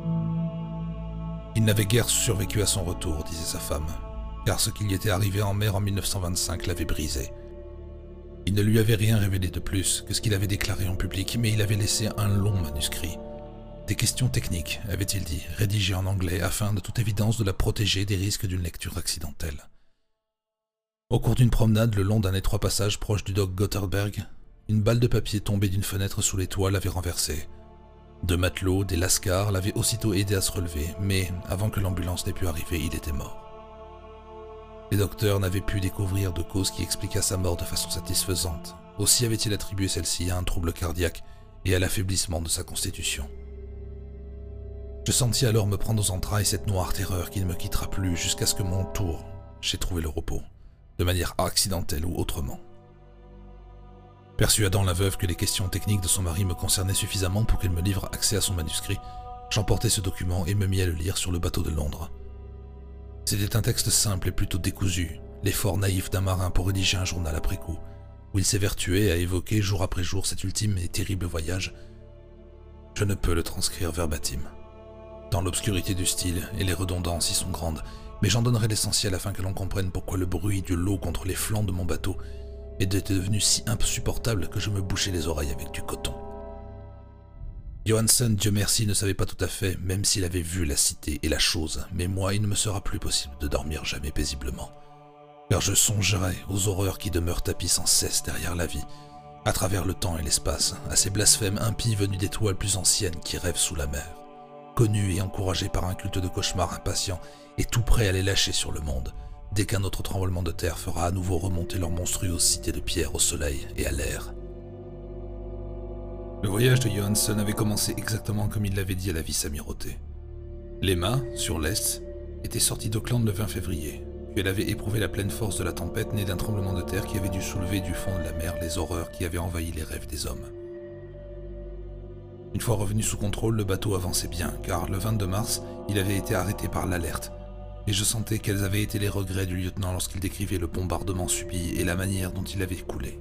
Il n'avait guère survécu à son retour, disait sa femme, car ce qui lui était arrivé en mer en 1925 l'avait brisé. Il ne lui avait rien révélé de plus que ce qu'il avait déclaré en public, mais il avait laissé un long manuscrit. Des questions techniques, avait-il dit, rédigées en anglais, afin de toute évidence de la protéger des risques d'une lecture accidentelle. Au cours d'une promenade le long d'un étroit passage proche du dock Gothenburg, une balle de papier tombée d'une fenêtre sous les toits l'avait renversé. 2 matelots, des lascars, l'avaient aussitôt aidé à se relever, mais avant que l'ambulance n'ait pu arriver, il était mort. Les docteurs n'avaient pu découvrir de cause qui expliquât sa mort de façon satisfaisante. Aussi avait-il attribué celle-ci à un trouble cardiaque et à l'affaiblissement de sa constitution. Je sentis alors me prendre aux entrailles cette noire terreur qui ne me quittera plus jusqu'à ce que mon tour, j'ai trouvé le repos, de manière accidentelle ou autrement. Persuadant la veuve que les questions techniques de son mari me concernaient suffisamment pour qu'elle me livre accès à son manuscrit, j'emportai ce document et me mis à le lire sur le bateau de Londres. C'était un texte simple et plutôt décousu, l'effort naïf d'un marin pour rédiger un journal après coup, où il s'évertuait à évoquer jour après jour cet ultime et terrible voyage. Je ne peux le transcrire verbatim. Dans l'obscurité du style, et les redondances y sont grandes, mais j'en donnerai l'essentiel afin que l'on comprenne pourquoi le bruit de l'eau contre les flancs de mon bateau était devenu si insupportable que je me bouchais les oreilles avec du coton. Johansen, Dieu merci, ne savait pas tout à fait, même s'il avait vu la cité et la chose, mais moi, il ne me sera plus possible de dormir jamais paisiblement. Car je songerai aux horreurs qui demeurent tapies sans cesse derrière la vie, à travers le temps et l'espace, à ces blasphèmes impies venus d'étoiles plus anciennes qui rêvent sous la mer, connus et encouragés par un culte de cauchemar impatient et tout prêt à les lâcher sur le monde, dès qu'un autre tremblement de terre fera à nouveau remonter leur monstrueuse cité de pierre au soleil et à l'air. Le voyage de Johansen avait commencé exactement comme il l'avait dit à la vice-amirauté. L'Emma, sur l'est, était sortie d'Auckland le 20 février, puis elle avait éprouvé la pleine force de la tempête née d'un tremblement de terre qui avait dû soulever du fond de la mer les horreurs qui avaient envahi les rêves des hommes. Une fois revenu sous contrôle, le bateau avançait bien, car le 22 mars, il avait été arrêté par l'alerte, et je sentais quels avaient été les regrets du lieutenant lorsqu'il décrivait le bombardement subi et la manière dont il avait coulé.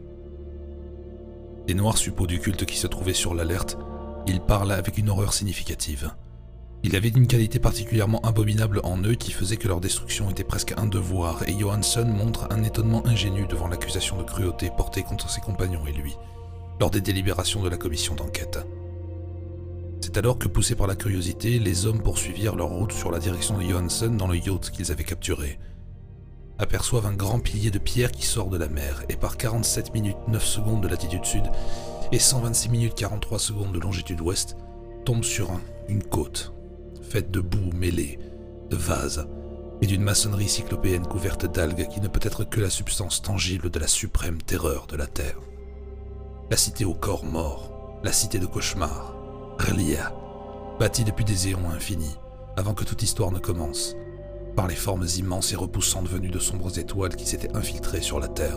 Les noirs suppôts du culte qui se trouvaient sur l'alerte, il parla avec une horreur significative. Il avait une qualité particulièrement abominable en eux qui faisait que leur destruction était presque un devoir, et Johansen montre un étonnement ingénu devant l'accusation de cruauté portée contre ses compagnons et lui, lors des délibérations de la commission d'enquête. C'est alors que, poussés par la curiosité, les hommes poursuivirent leur route sur la direction de Johansen dans le yacht qu'ils avaient capturé. Aperçoivent un grand pilier de pierre qui sort de la mer et par 47 minutes 9 secondes de latitude sud et 126 minutes 43 secondes de longitude ouest, tombe sur une côte, faite de boue mêlée, de vases et d'une maçonnerie cyclopéenne couverte d'algues qui ne peut être que la substance tangible de la suprême terreur de la Terre. La cité au corps mort, la cité de cauchemar, R'lyeh, bâtie depuis des éons infinis, avant que toute histoire ne commence, par les formes immenses et repoussantes venues de sombres étoiles qui s'étaient infiltrées sur la Terre.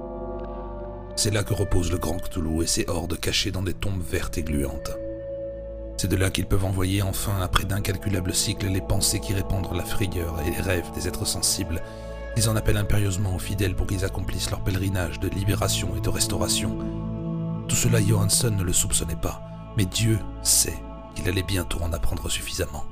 C'est là que repose le grand Cthulhu et ses hordes cachées dans des tombes vertes et gluantes. C'est de là qu'ils peuvent envoyer enfin, après d'incalculables cycles, les pensées qui répandent la frayeur et les rêves des êtres sensibles. Ils en appellent impérieusement aux fidèles pour qu'ils accomplissent leur pèlerinage de libération et de restauration. Tout cela, Johansen ne le soupçonnait pas, mais Dieu sait qu'il allait bientôt en apprendre suffisamment.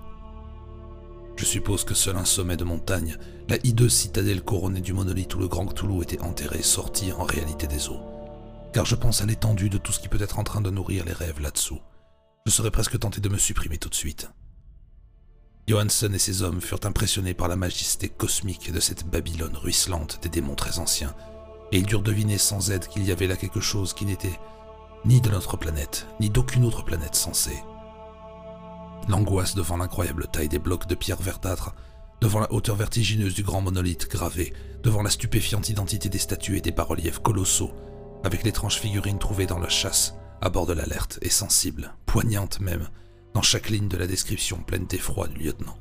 Je suppose que seul un sommet de montagne, la hideuse citadelle couronnée du monolithe où le grand Cthulhu était enterré, sortit en réalité des eaux. Car je pense à l'étendue de tout ce qui peut être en train de nourrir les rêves là-dessous. Je serais presque tenté de me supprimer tout de suite. Johansen et ses hommes furent impressionnés par la majesté cosmique de cette Babylone ruisselante des démons très anciens, et ils durent deviner sans aide qu'il y avait là quelque chose qui n'était ni de notre planète, ni d'aucune autre planète sensée. L'angoisse devant l'incroyable taille des blocs de pierre verdâtre, devant la hauteur vertigineuse du grand monolithe gravé, devant la stupéfiante identité des statues et des bas-reliefs colossaux, avec l'étrange figurine trouvée dans la chasse, à bord de l'alerte, et sensible, poignante même, dans chaque ligne de la description pleine d'effroi du lieutenant.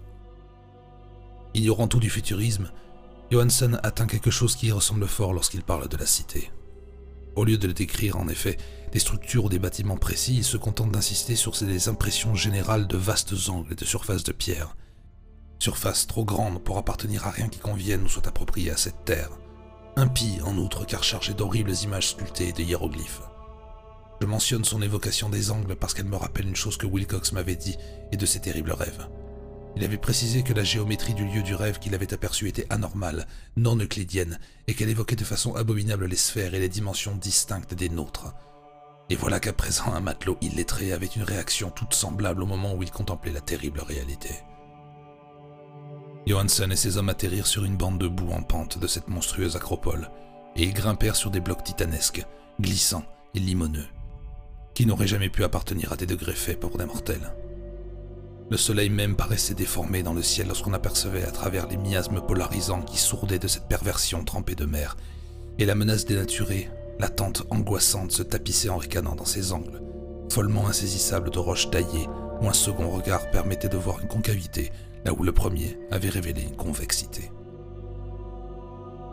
Ignorant tout du futurisme, Johansen atteint quelque chose qui y ressemble fort lorsqu'il parle de la cité. Au lieu de le décrire, en effet, des structures ou des bâtiments précis, il se contente d'insister sur ces impressions générales de vastes angles et de surfaces de pierre. Surfaces trop grandes pour appartenir à rien qui convienne ou soit approprié à cette terre. Impie, en outre, car chargée d'horribles images sculptées et de hiéroglyphes. Je mentionne son évocation des angles parce qu'elle me rappelle une chose que Wilcox m'avait dit et de ses terribles rêves. Il avait précisé que la géométrie du lieu du rêve qu'il avait aperçu était anormale, non euclidienne, et qu'elle évoquait de façon abominable les sphères et les dimensions distinctes des nôtres. Et voilà qu'à présent un matelot illettré avait une réaction toute semblable au moment où il contemplait la terrible réalité. Johansen et ses hommes atterrirent sur une bande de boue en pente de cette monstrueuse acropole, et ils grimpèrent sur des blocs titanesques, glissants et limoneux, qui n'auraient jamais pu appartenir à des degrés faits pour des mortels. Le soleil même paraissait déformé dans le ciel lorsqu'on apercevait à travers les miasmes polarisants qui sourdaient de cette perversion trempée de mer, et la menace dénaturée, latente, angoissante, se tapissait en ricanant dans ses angles, follement insaisissables de roches taillées, où un second regard permettait de voir une concavité, là où le premier avait révélé une convexité.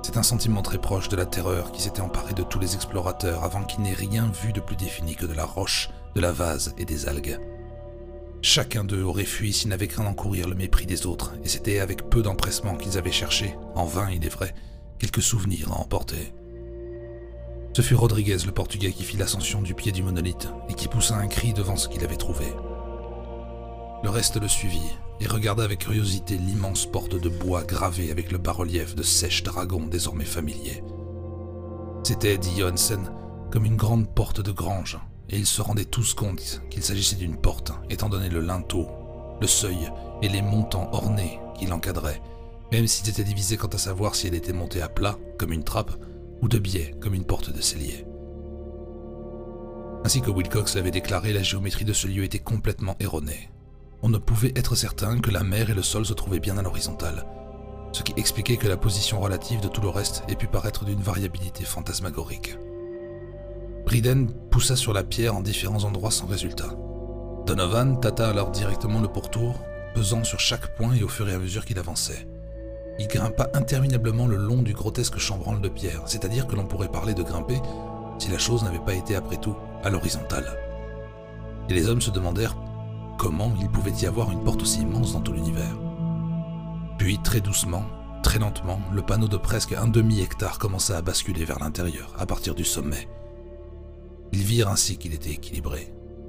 C'est un sentiment très proche de la terreur qui s'était emparé de tous les explorateurs avant qu'ils n'aient rien vu de plus défini que de la roche, de la vase et des algues. Chacun d'eux aurait fui s'ils n'avaient craint d'encourir le mépris des autres, et c'était avec peu d'empressement qu'ils avaient cherché, en vain il est vrai, quelques souvenirs à emporter. Ce fut Rodriguez le Portugais qui fit l'ascension du pied du monolithe et qui poussa un cri devant ce qu'il avait trouvé. Le reste le suivit et regarda avec curiosité l'immense porte de bois gravée avec le bas-relief de sèches dragons désormais familiers. C'était, dit Johansen, comme une grande porte de grange, et ils se rendaient tous compte qu'il s'agissait d'une porte, étant donné le linteau, le seuil et les montants ornés qui l'encadraient, même s'ils étaient divisés quant à savoir si elle était montée à plat, comme une trappe, ou de biais, comme une porte de cellier. Ainsi que Wilcox l'avait déclaré, la géométrie de ce lieu était complètement erronée. On ne pouvait être certain que la mer et le sol se trouvaient bien à l'horizontale, ce qui expliquait que la position relative de tout le reste ait pu paraître d'une variabilité fantasmagorique. Briden poussa sur la pierre en différents endroits sans résultat. Donovan tâta alors directement le pourtour, pesant sur chaque point et au fur et à mesure qu'il avançait. Il grimpa interminablement le long du grotesque chambranle de pierre, c'est-à-dire que l'on pourrait parler de grimper si la chose n'avait pas été après tout à l'horizontale. Et les hommes se demandèrent comment il pouvait y avoir une porte aussi immense dans tout l'univers. Puis, très doucement, très lentement, le panneau de presque un demi-hectare commença à basculer vers l'intérieur, à partir du sommet. Ils virent ainsi qu'il était équilibré.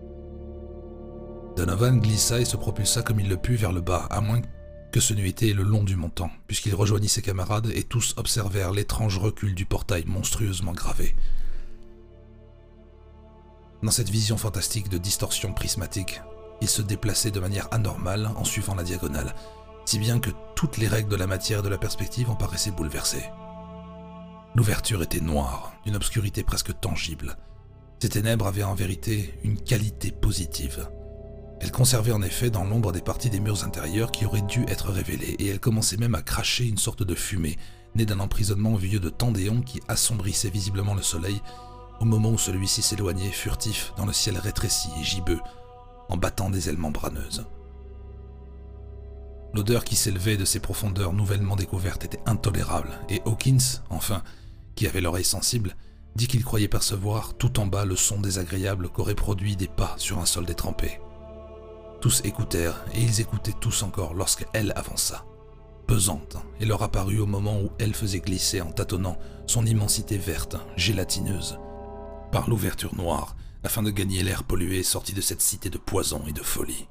Donovan glissa et se propulsa comme il le put vers le bas, à moins que ce n'eût été le long du montant, puisqu'il rejoignit ses camarades et tous observèrent l'étrange recul du portail monstrueusement gravé. Dans cette vision fantastique de distorsion prismatique, il se déplaçait de manière anormale en suivant la diagonale, si bien que toutes les règles de la matière et de la perspective en paraissaient bouleversées. L'ouverture était noire, d'une obscurité presque tangible. Ces ténèbres avaient en vérité une qualité positive. Elles conservaient en effet dans l'ombre des parties des murs intérieurs qui auraient dû être révélées, et elles commençaient même à cracher une sorte de fumée, née d'un emprisonnement vieux de tant d'éons qui assombrissait visiblement le soleil, au moment où celui-ci s'éloignait furtif dans le ciel rétréci et gibbeux, en battant des ailes membraneuses. L'odeur qui s'élevait de ces profondeurs nouvellement découvertes était intolérable, et Hawkins, enfin, qui avait l'oreille sensible, dit qu'il croyait percevoir tout en bas le son désagréable qu'auraient produit des pas sur un sol détrempé. Tous écoutèrent, et ils écoutaient tous encore lorsqu'elle avança, pesante, et leur apparut au moment où elle faisait glisser en tâtonnant son immensité verte, gélatineuse, par l'ouverture noire, afin de gagner l'air pollué sorti de cette cité de poison et de folie.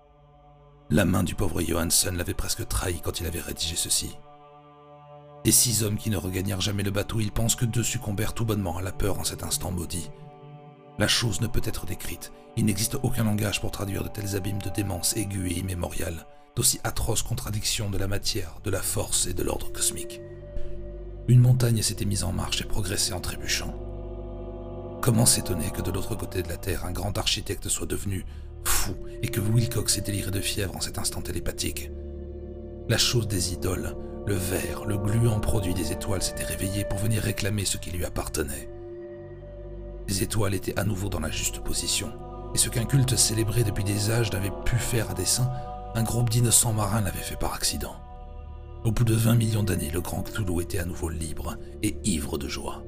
La main du pauvre Johansen l'avait presque trahi quand il avait rédigé ceci. Des 6 hommes qui ne regagnèrent jamais le bateau, ils pensent que 2 succombèrent tout bonnement à la peur en cet instant maudit. La chose ne peut être décrite. Il n'existe aucun langage pour traduire de tels abîmes de démence aiguë et immémoriale, d'aussi atroces contradictions de la matière, de la force et de l'ordre cosmique. Une montagne s'était mise en marche et progressait en trébuchant. Comment s'étonner que de l'autre côté de la Terre, un grand architecte soit devenu fou et que Wilcox ait déliré de fièvre en cet instant télépathique. La chose des idoles, le vert, le gluant produit des étoiles s'était réveillé pour venir réclamer ce qui lui appartenait. Les étoiles étaient à nouveau dans la juste position, et ce qu'un culte célébré depuis des âges n'avait pu faire à dessein, un groupe d'innocents marins l'avait fait par accident. Au bout de 20 millions d'années, le grand Cthulhu était à nouveau libre et ivre de joie.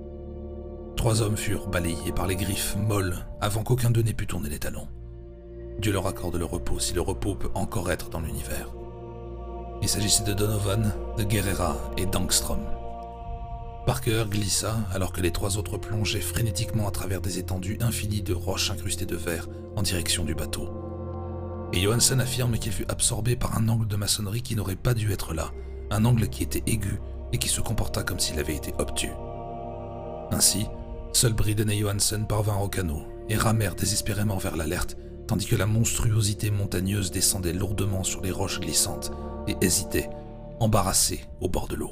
3 hommes furent balayés par les griffes molles avant qu'aucun d'eux n'ait pu tourner les talons. Dieu leur accorde le repos si le repos peut encore être dans l'univers. Il s'agissait de Donovan, de Guerrera et d'Angstrom. Parker glissa alors que les 3 autres plongeaient frénétiquement à travers des étendues infinies de roches incrustées de verre en direction du bateau. Et Johansen affirme qu'il fut absorbé par un angle de maçonnerie qui n'aurait pas dû être là, un angle qui était aigu et qui se comporta comme s'il avait été obtus. Ainsi, seuls Briden et Johansen parvinrent au canot et ramèrent désespérément vers l'Alert, tandis que la monstruosité montagneuse descendait lourdement sur les roches glissantes et hésitait, embarrassée au bord de l'eau.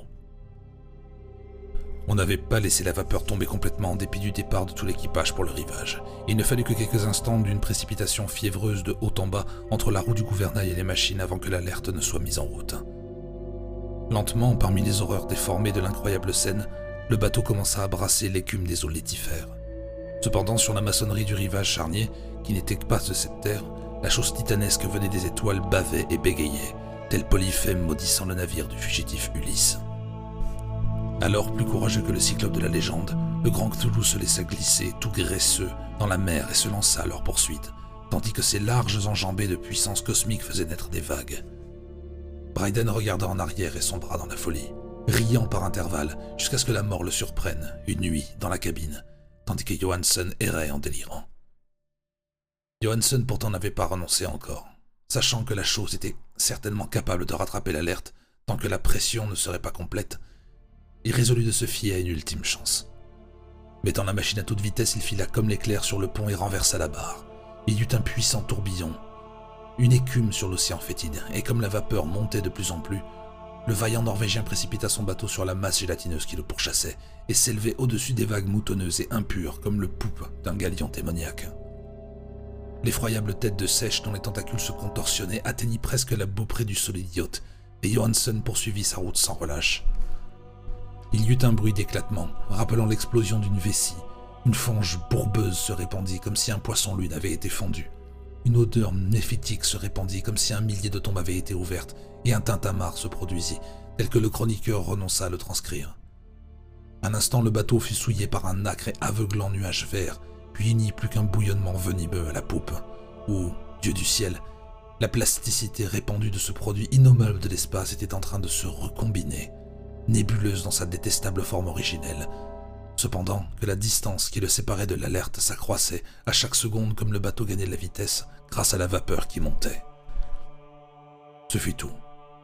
On n'avait pas laissé la vapeur tomber complètement en dépit du départ de tout l'équipage pour le rivage. Il ne fallut que quelques instants d'une précipitation fiévreuse de haut en bas entre la roue du gouvernail et les machines avant que l'Alert ne soit mise en route. Lentement, parmi les horreurs déformées de l'incroyable scène, le bateau commença à brasser l'écume des eaux létifères. Cependant, sur la maçonnerie du rivage charnier, qui n'était pas de cette terre, la chose titanesque venait des étoiles bavait et bégayait, tel Polyphème maudissant le navire du fugitif Ulysse. Alors, plus courageux que le cyclope de la légende, le grand Cthulhu se laissa glisser, tout graisseux, dans la mer et se lança à leur poursuite, tandis que ses larges enjambées de puissance cosmique faisaient naître des vagues. Bryden regarda en arrière et sombra dans la folie, riant par intervalles jusqu'à ce que la mort le surprenne, une nuit, dans la cabine, tandis que Johansen errait en délirant. Johansen pourtant n'avait pas renoncé encore, sachant que la chose était certainement capable de rattraper l'alerte tant que la pression ne serait pas complète. Il résolut de se fier à une ultime chance. Mettant la machine à toute vitesse, il fila comme l'éclair sur le pont et renversa la barre. Il y eut un puissant tourbillon, une écume sur l'océan fétide, et comme la vapeur montait de plus en plus, le vaillant Norvégien précipita son bateau sur la masse gélatineuse qui le pourchassait et s'élevait au-dessus des vagues moutonneuses et impures comme le poupe d'un galion démoniaque. L'effroyable tête de sèche dont les tentacules se contorsionnaient atteignit presque la beaupré du solide yacht, et Johansen poursuivit sa route sans relâche. Il y eut un bruit d'éclatement, rappelant l'explosion d'une vessie. Une fange bourbeuse se répandit comme si un poisson-lune avait été fondu. Une odeur méphitique se répandit comme si un millier de tombes avaient été ouvertes, et un tintamarre se produisit, tel que le chroniqueur renonça à le transcrire. Un instant, le bateau fut souillé par un âcre et aveuglant nuage vert, puis il n'y eut plus qu'un bouillonnement venimeux à la poupe, où, Dieu du ciel, la plasticité répandue de ce produit innommable de l'espace était en train de se recombiner, nébuleuse dans sa détestable forme originelle, cependant que la distance qui le séparait de l'alerte s'accroissait à chaque seconde comme le bateau gagnait de la vitesse grâce à la vapeur qui montait. Ce fut tout.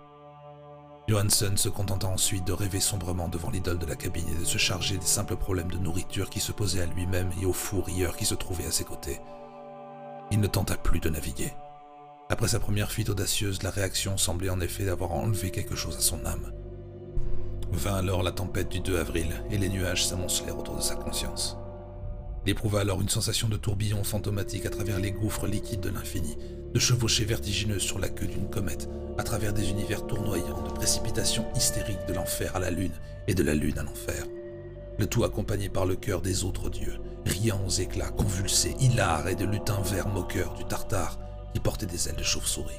Johansen se contenta ensuite de rêver sombrement devant l'idole de la cabine et de se charger des simples problèmes de nourriture qui se posaient à lui-même et aux fous rieurs qui se trouvaient à ses côtés. Il ne tenta plus de naviguer. Après sa première fuite audacieuse, la réaction semblait en effet avoir enlevé quelque chose à son âme. Vint alors la tempête du 2 avril et les nuages s'amoncelèrent autour de sa conscience. Il éprouva alors une sensation de tourbillon fantomatique à travers les gouffres liquides de l'infini, de chevauchée vertigineuse sur la queue d'une comète, à travers des univers tournoyants, de précipitations hystériques de l'enfer à la lune et de la lune à l'enfer. Le tout accompagné par le chœur des autres dieux, riant aux éclats, convulsés, hilars et de lutins verts moqueurs du Tartare qui portait des ailes de chauve-souris.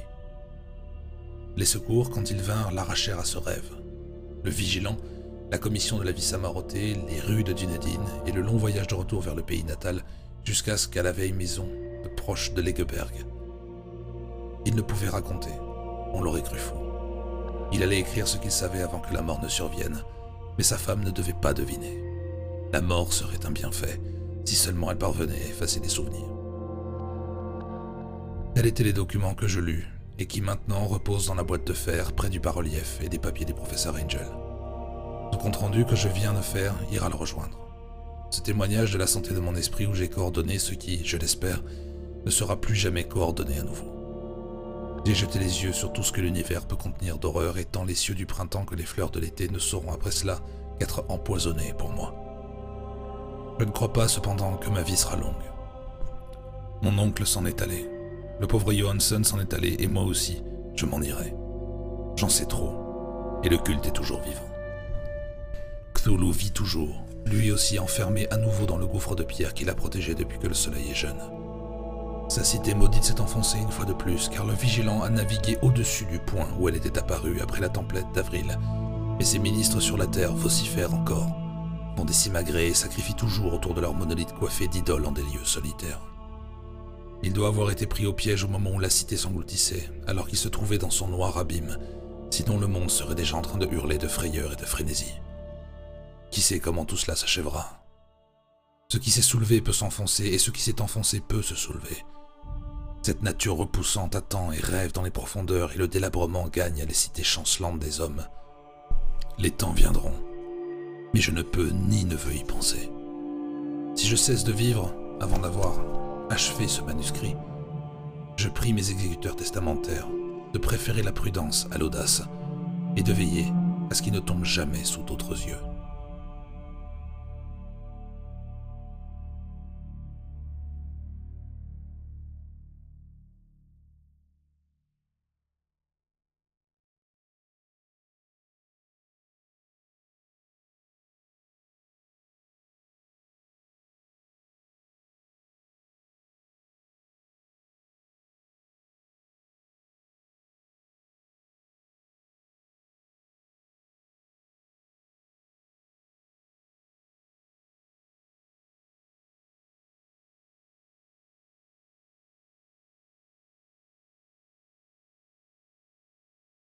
Les secours, quand ils vinrent, l'arrachèrent à ce rêve. Le vigilant, la commission de la vie Samarotée, les rues de Dunedin et le long voyage de retour vers le pays natal jusqu'à ce qu'à la vieille maison de proche de Legeberg. Il ne pouvait raconter, on l'aurait cru fou. Il allait écrire ce qu'il savait avant que la mort ne survienne, mais sa femme ne devait pas deviner. La mort serait un bienfait, si seulement elle parvenait à effacer les souvenirs. Tels étaient les documents que je lus, et qui maintenant reposent dans la boîte de fer près du bas-relief et des papiers des professeurs Angel. Ce compte-rendu que je viens de faire ira le rejoindre. Ce témoignage de la santé de mon esprit où j'ai coordonné ce qui, je l'espère, ne sera plus jamais coordonné à nouveau. J'ai jeté les yeux sur tout ce que l'univers peut contenir d'horreur et tant les cieux du printemps que les fleurs de l'été ne sauront après cela qu'être empoisonnés pour moi. Je ne crois pas cependant que ma vie sera longue. Mon oncle s'en est allé. Le pauvre Johansen s'en est allé et moi aussi, je m'en irai. J'en sais trop, et le culte est toujours vivant. Cthulhu vit toujours, lui aussi enfermé à nouveau dans le gouffre de pierre qui l'a protégé depuis que le soleil est jeune. Sa cité maudite s'est enfoncée une fois de plus, car le vigilant a navigué au-dessus du point où elle était apparue après la tempête d'avril, et ses ministres sur la terre vocifèrent encore, font des simagrées et sacrifient toujours autour de leur monolithe coiffé d'idoles en des lieux solitaires. Il doit avoir été pris au piège au moment où la cité s'engloutissait, alors qu'il se trouvait dans son noir abîme, sinon le monde serait déjà en train de hurler de frayeur et de frénésie. Qui sait comment tout cela s'achèvera? Ce qui s'est soulevé peut s'enfoncer, et ce qui s'est enfoncé peut se soulever. Cette nature repoussante attend et rêve dans les profondeurs, et le délabrement gagne à les cités chancelantes des hommes. Les temps viendront, mais je ne peux ni ne veux y penser. Si je cesse de vivre, avant d'avoir achevé ce manuscrit, je prie mes exécuteurs testamentaires de préférer la prudence à l'audace, et de veiller à ce qu'il ne tombe jamais sous d'autres yeux.